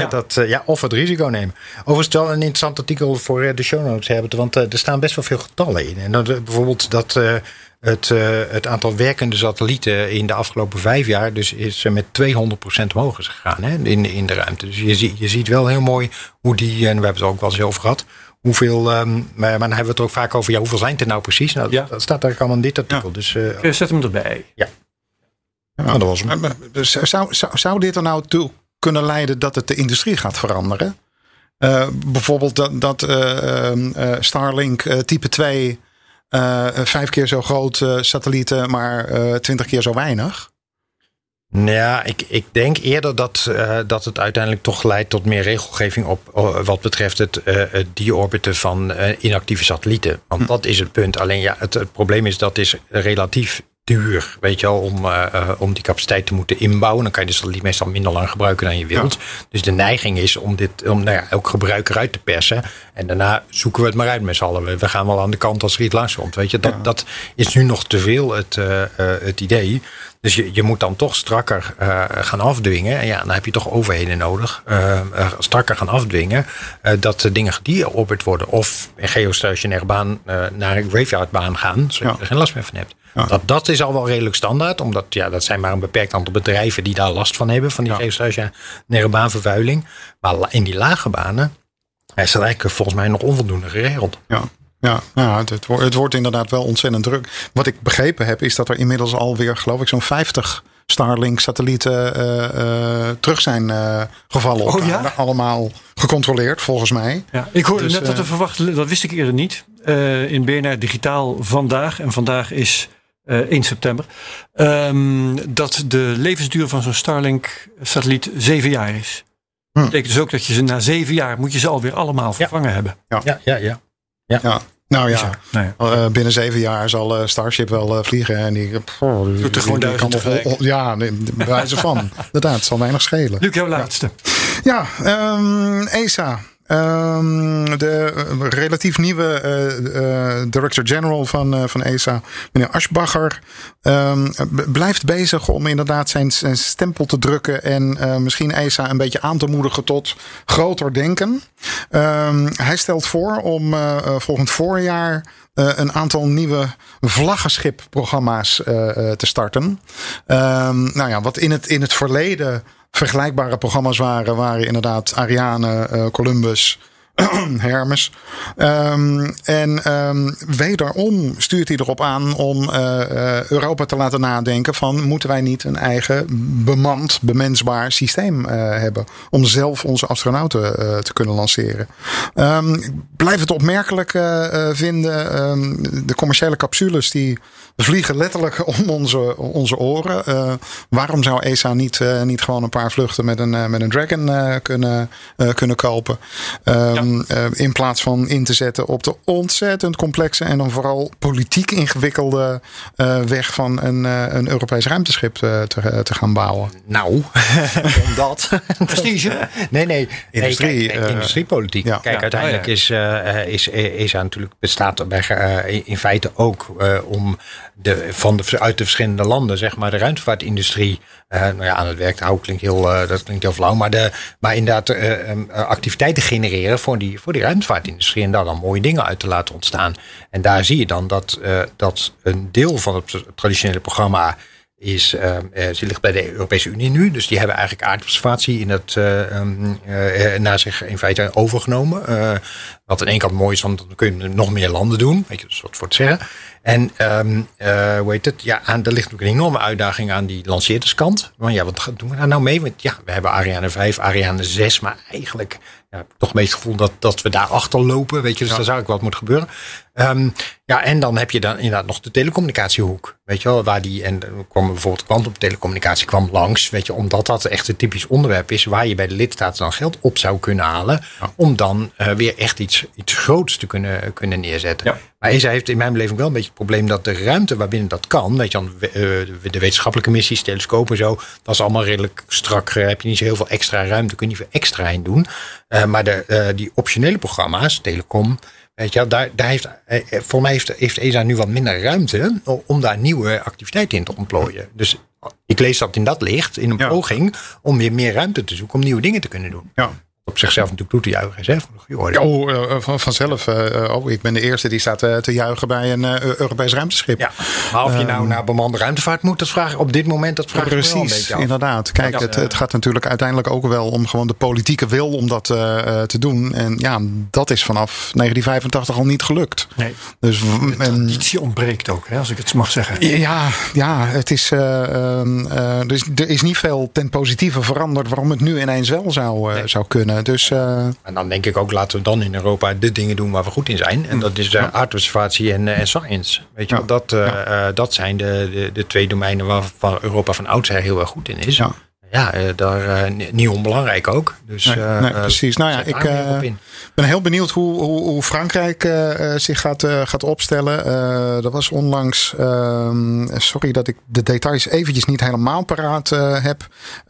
Of het risico nemen. Overigens wel een interessant artikel voor de show notes hebben. Want er staan best wel veel getallen in. En bijvoorbeeld dat het aantal werkende satellieten in de afgelopen 5 jaar dus is met 200% omhoog is gegaan in de ruimte. Dus je ziet wel heel mooi hoe die, en we hebben het er ook wel eens over gehad, hoeveel, maar dan hebben we het ook vaak over, hoeveel zijn er nou precies? Nou, dat staat eigenlijk allemaal in dit artikel. Ja. Dus, zet hem erbij. Ja. Dat was hem. Zou dit er nou toe kunnen leiden dat het de industrie gaat veranderen? Bijvoorbeeld dat Starlink type 2 5 keer zo groot satellieten, maar 20 keer zo weinig? Ja, ik denk eerder dat het uiteindelijk toch leidt tot meer regelgeving op wat betreft het deorbiten van inactieve satellieten. Want dat is het punt. Alleen het probleem is dat is relatief duur, weet je wel, om die capaciteit te moeten inbouwen. Dan kan je de satelliet meestal minder lang gebruiken dan je wilt. Ja. Dus de neiging is om elk gebruiker uit te persen. En daarna zoeken we het maar uit met z'n allen. We gaan wel aan de kant als er iets langs komt. Weet je, dat is nu nog te veel het idee. Dus je moet dan toch strakker gaan afdwingen. En dan heb je toch overheden nodig. Strakker gaan afdwingen dat dingen gedeorbit worden. Of een geostationaire baan naar een graveyardbaan gaan. Zodat je er geen last meer van hebt. Ja. Dat is al wel redelijk standaard. Omdat dat zijn maar een beperkt aantal bedrijven die daar last van hebben. Van die geostationaire baanvervuiling. Maar in die lage banen is dat eigenlijk volgens mij nog onvoldoende geregeld. Ja, het wordt inderdaad wel ontzettend druk. Wat ik begrepen heb is dat er inmiddels alweer, geloof ik, zo'n 50 Starlink-satellieten terug zijn gevallen. Allemaal gecontroleerd, volgens mij. Ja, ik hoorde net dat we verwachten, dat wist ik eerder niet, in BNR Digitaal vandaag. En vandaag is 1 september. Dat de levensduur van zo'n Starlink-satelliet 7 jaar is. Dat betekent dus ook dat je ze na 7 jaar moet je ze alweer allemaal vervangen hebben. Ja. Nou ja, binnen 7 jaar zal Starship wel vliegen. En die doet er gewoon 1000 tegelijk. Bij wijze van. Inderdaad, het zal weinig schelen. Luc, jouw laatste. Ja, ESA. De relatief nieuwe director-general van ESA, meneer Aschbacher, blijft bezig om inderdaad zijn stempel te drukken en misschien ESA een beetje aan te moedigen tot groter denken. Hij stelt voor om volgend voorjaar een aantal nieuwe vlaggenschipprogramma's te starten. Wat in het verleden vergelijkbare programma's waren inderdaad Ariane, Columbus, Hermes. Wederom stuurt hij erop aan om Europa te laten nadenken van moeten wij niet een eigen bemensbaar systeem hebben om zelf onze astronauten te kunnen lanceren. Blijf het opmerkelijk vinden. De commerciële capsules die vliegen letterlijk om onze oren. Waarom zou ESA niet gewoon een paar vluchten met een Dragon kunnen kopen? In plaats van in te zetten op de ontzettend complexe en dan vooral politiek ingewikkelde weg van een Europees ruimteschip te gaan bouwen. Nou, omdat. Prestige? Nee. Industriepolitiek. Kijk, uiteindelijk is ESA natuurlijk bestaat in feite ook om uit de verschillende landen, zeg maar, de ruimtevaartindustrie aan het werk te houden. Dat klinkt heel flauw, maar inderdaad activiteiten genereren voor die ruimtevaartindustrie en daar dan mooie dingen uit te laten ontstaan. En daar zie je dan dat een deel van het traditionele programma Ze ligt bij de Europese Unie nu. Dus die hebben eigenlijk aardobservatie naar zich in feite overgenomen. Wat aan de ene kant mooi is, want dan kun je nog meer landen doen. Weet je, dus wat voor te zeggen. En hoe heet het? Ja, er ligt natuurlijk een enorme uitdaging aan die lanceerderskant. Maar ja, wat doen we daar nou mee? Want ja, we hebben Ariane 5, Ariane 6, maar eigenlijk toch een beetje het gevoel dat we daar achter lopen. Weet je, dus daar zou ook wat moeten gebeuren. En dan heb je dan inderdaad nog de telecommunicatiehoek. Weet je wel, en kwam bijvoorbeeld kwantumtelecommunicatie kwam langs. Weet je, omdat dat echt een typisch onderwerp is waar je bij de lidstaten dan geld op zou kunnen halen. Ja. Om dan weer echt iets groots te kunnen neerzetten. Ja. Maar ESA heeft in mijn beleving wel een beetje het probleem dat de ruimte waarbinnen dat kan. Weet je, de wetenschappelijke missies, telescopen en zo. Dat is allemaal redelijk strak. Heb je niet zo heel veel extra ruimte. Kun je niet veel extra in doen. Maar die optionele programma's, telecom. Weet je, daar voor mij heeft ESA nu wat minder ruimte om daar nieuwe activiteiten in te ontplooien. Dus ik lees dat in dat licht, in een poging om weer meer ruimte te zoeken om nieuwe dingen te kunnen doen. Ja. Op zichzelf natuurlijk toe te juichen is, hè? Vanzelf. Ik ben de eerste die staat te juichen bij een Europees ruimteschip. Ja, maar of je nou naar bemande ruimtevaart moet, dat vraag ik op dit moment. Dat vraag ik precies, wel een beetje af. Inderdaad. Kijk, het gaat natuurlijk uiteindelijk ook wel om gewoon de politieke wil om dat te doen. En ja, dat is vanaf 1985 al niet gelukt. Nee. Dus de traditie ontbreekt ook, hè, als ik het mag zeggen. Ja, het is. Dus er is niet veel ten positieve veranderd waarom het nu ineens wel zou kunnen. Dus, En dan denk ik ook, laten we dan in Europa de dingen doen waar we goed in zijn. En dat is aardobservatie en science. Weet je, dat zijn de twee domeinen waarvan Europa van oudsher heel erg goed in is. Ja, daar niet onbelangrijk ook. Dus, nee, precies. Nou ja, ik ben heel benieuwd hoe Frankrijk zich gaat opstellen. Er was onlangs, sorry dat ik de details eventjes niet helemaal paraat heb.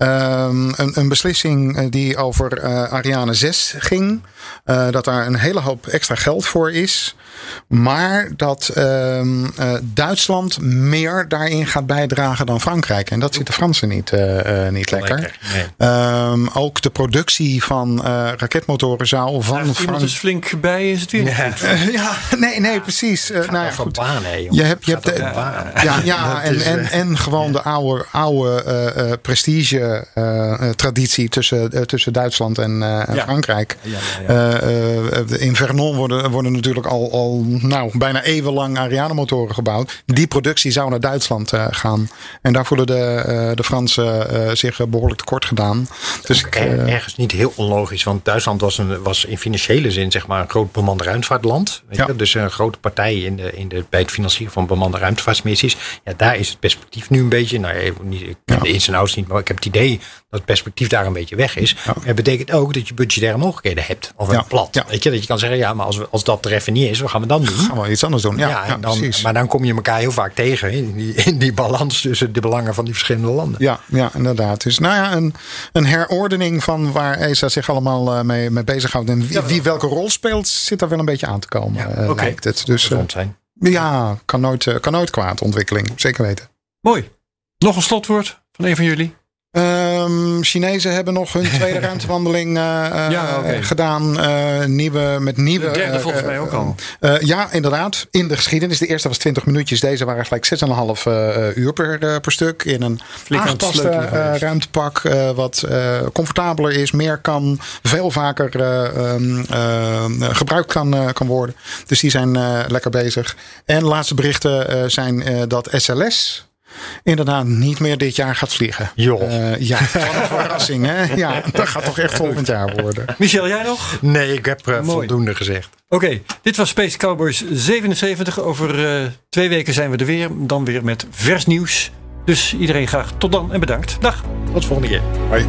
Een beslissing die over Ariane 6 ging. Dat daar een hele hoop extra geld voor is. Maar dat Duitsland meer daarin gaat bijdragen dan Frankrijk. En dat zit de Fransen niet lekker. Nee. Ook de productie van raketmotoren zou van iemand is flink bij, is het weer niet goed. Nee, precies. Goed. Je hebt en gewoon de oude prestige traditie tussen Duitsland en Frankrijk. In Vernon worden natuurlijk al bijna eeuwenlang Ariane-motoren gebouwd. Die productie zou naar Duitsland gaan. En daar voelen de Fransen zich behoorlijk tekort gedaan. Dus ergens niet heel onlogisch, want Duitsland was in financiële zin zeg maar een groot bemande ruimtevaartland. Weet je? Dus een grote partij bij het financieren van bemande ruimtevaartmissies. Ja, daar is het perspectief nu een beetje. Ik ken de ins en outs niet, maar ik heb het idee dat het perspectief daar een beetje weg is. Ja. Het betekent ook dat je budgettaire mogelijkheden hebt. Of een plat. Ja. Weet je, dat je kan zeggen, maar als dat er even niet is, wat gaan we dan doen? Gaan we iets anders doen. Maar dan kom je elkaar heel vaak tegen in die balans tussen de belangen van die verschillende landen. Ja, inderdaad. Dus een herordening van waar ESA zich allemaal mee bezighoudt. En wie welke rol speelt, zit er wel een beetje aan te komen, lijkt het. Dus, zijn. Ja, kan nooit kwaad, ontwikkeling. Zeker weten. Mooi. Nog een slotwoord van een van jullie? Chinezen hebben nog hun tweede ruimtewandeling gedaan. De derde volgens mij ook al. Ja, inderdaad. In de geschiedenis. De eerste was 20 minuutjes. Deze waren gelijk 6,5 uur per stuk. In een aangepaste ruimtepak. Wat comfortabeler is. Meer kan. Veel vaker gebruikt kan worden. Dus die zijn lekker bezig. En de laatste berichten zijn dat SLS inderdaad niet meer dit jaar gaat vliegen. Joh. Wat een verrassing, hè? Ja, dat gaat toch echt volgend jaar worden. Michel, jij nog? Nee, ik heb voldoende gezegd. Oké, dit was Space Cowboys 77. Over 2 weken zijn we er weer. Dan weer met vers nieuws. Dus iedereen graag tot dan en bedankt. Dag. Tot de volgende keer. Hoi.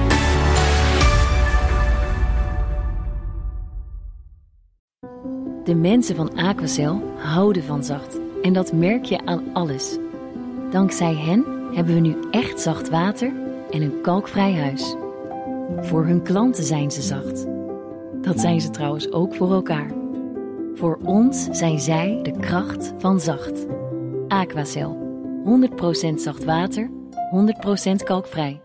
De mensen van Aquacel houden van zacht. En dat merk je aan alles. Dankzij hen hebben we nu echt zacht water en een kalkvrij huis. Voor hun klanten zijn ze zacht. Dat zijn ze trouwens ook voor elkaar. Voor ons zijn zij de kracht van zacht. Aquacel. 100% zacht water, 100% kalkvrij.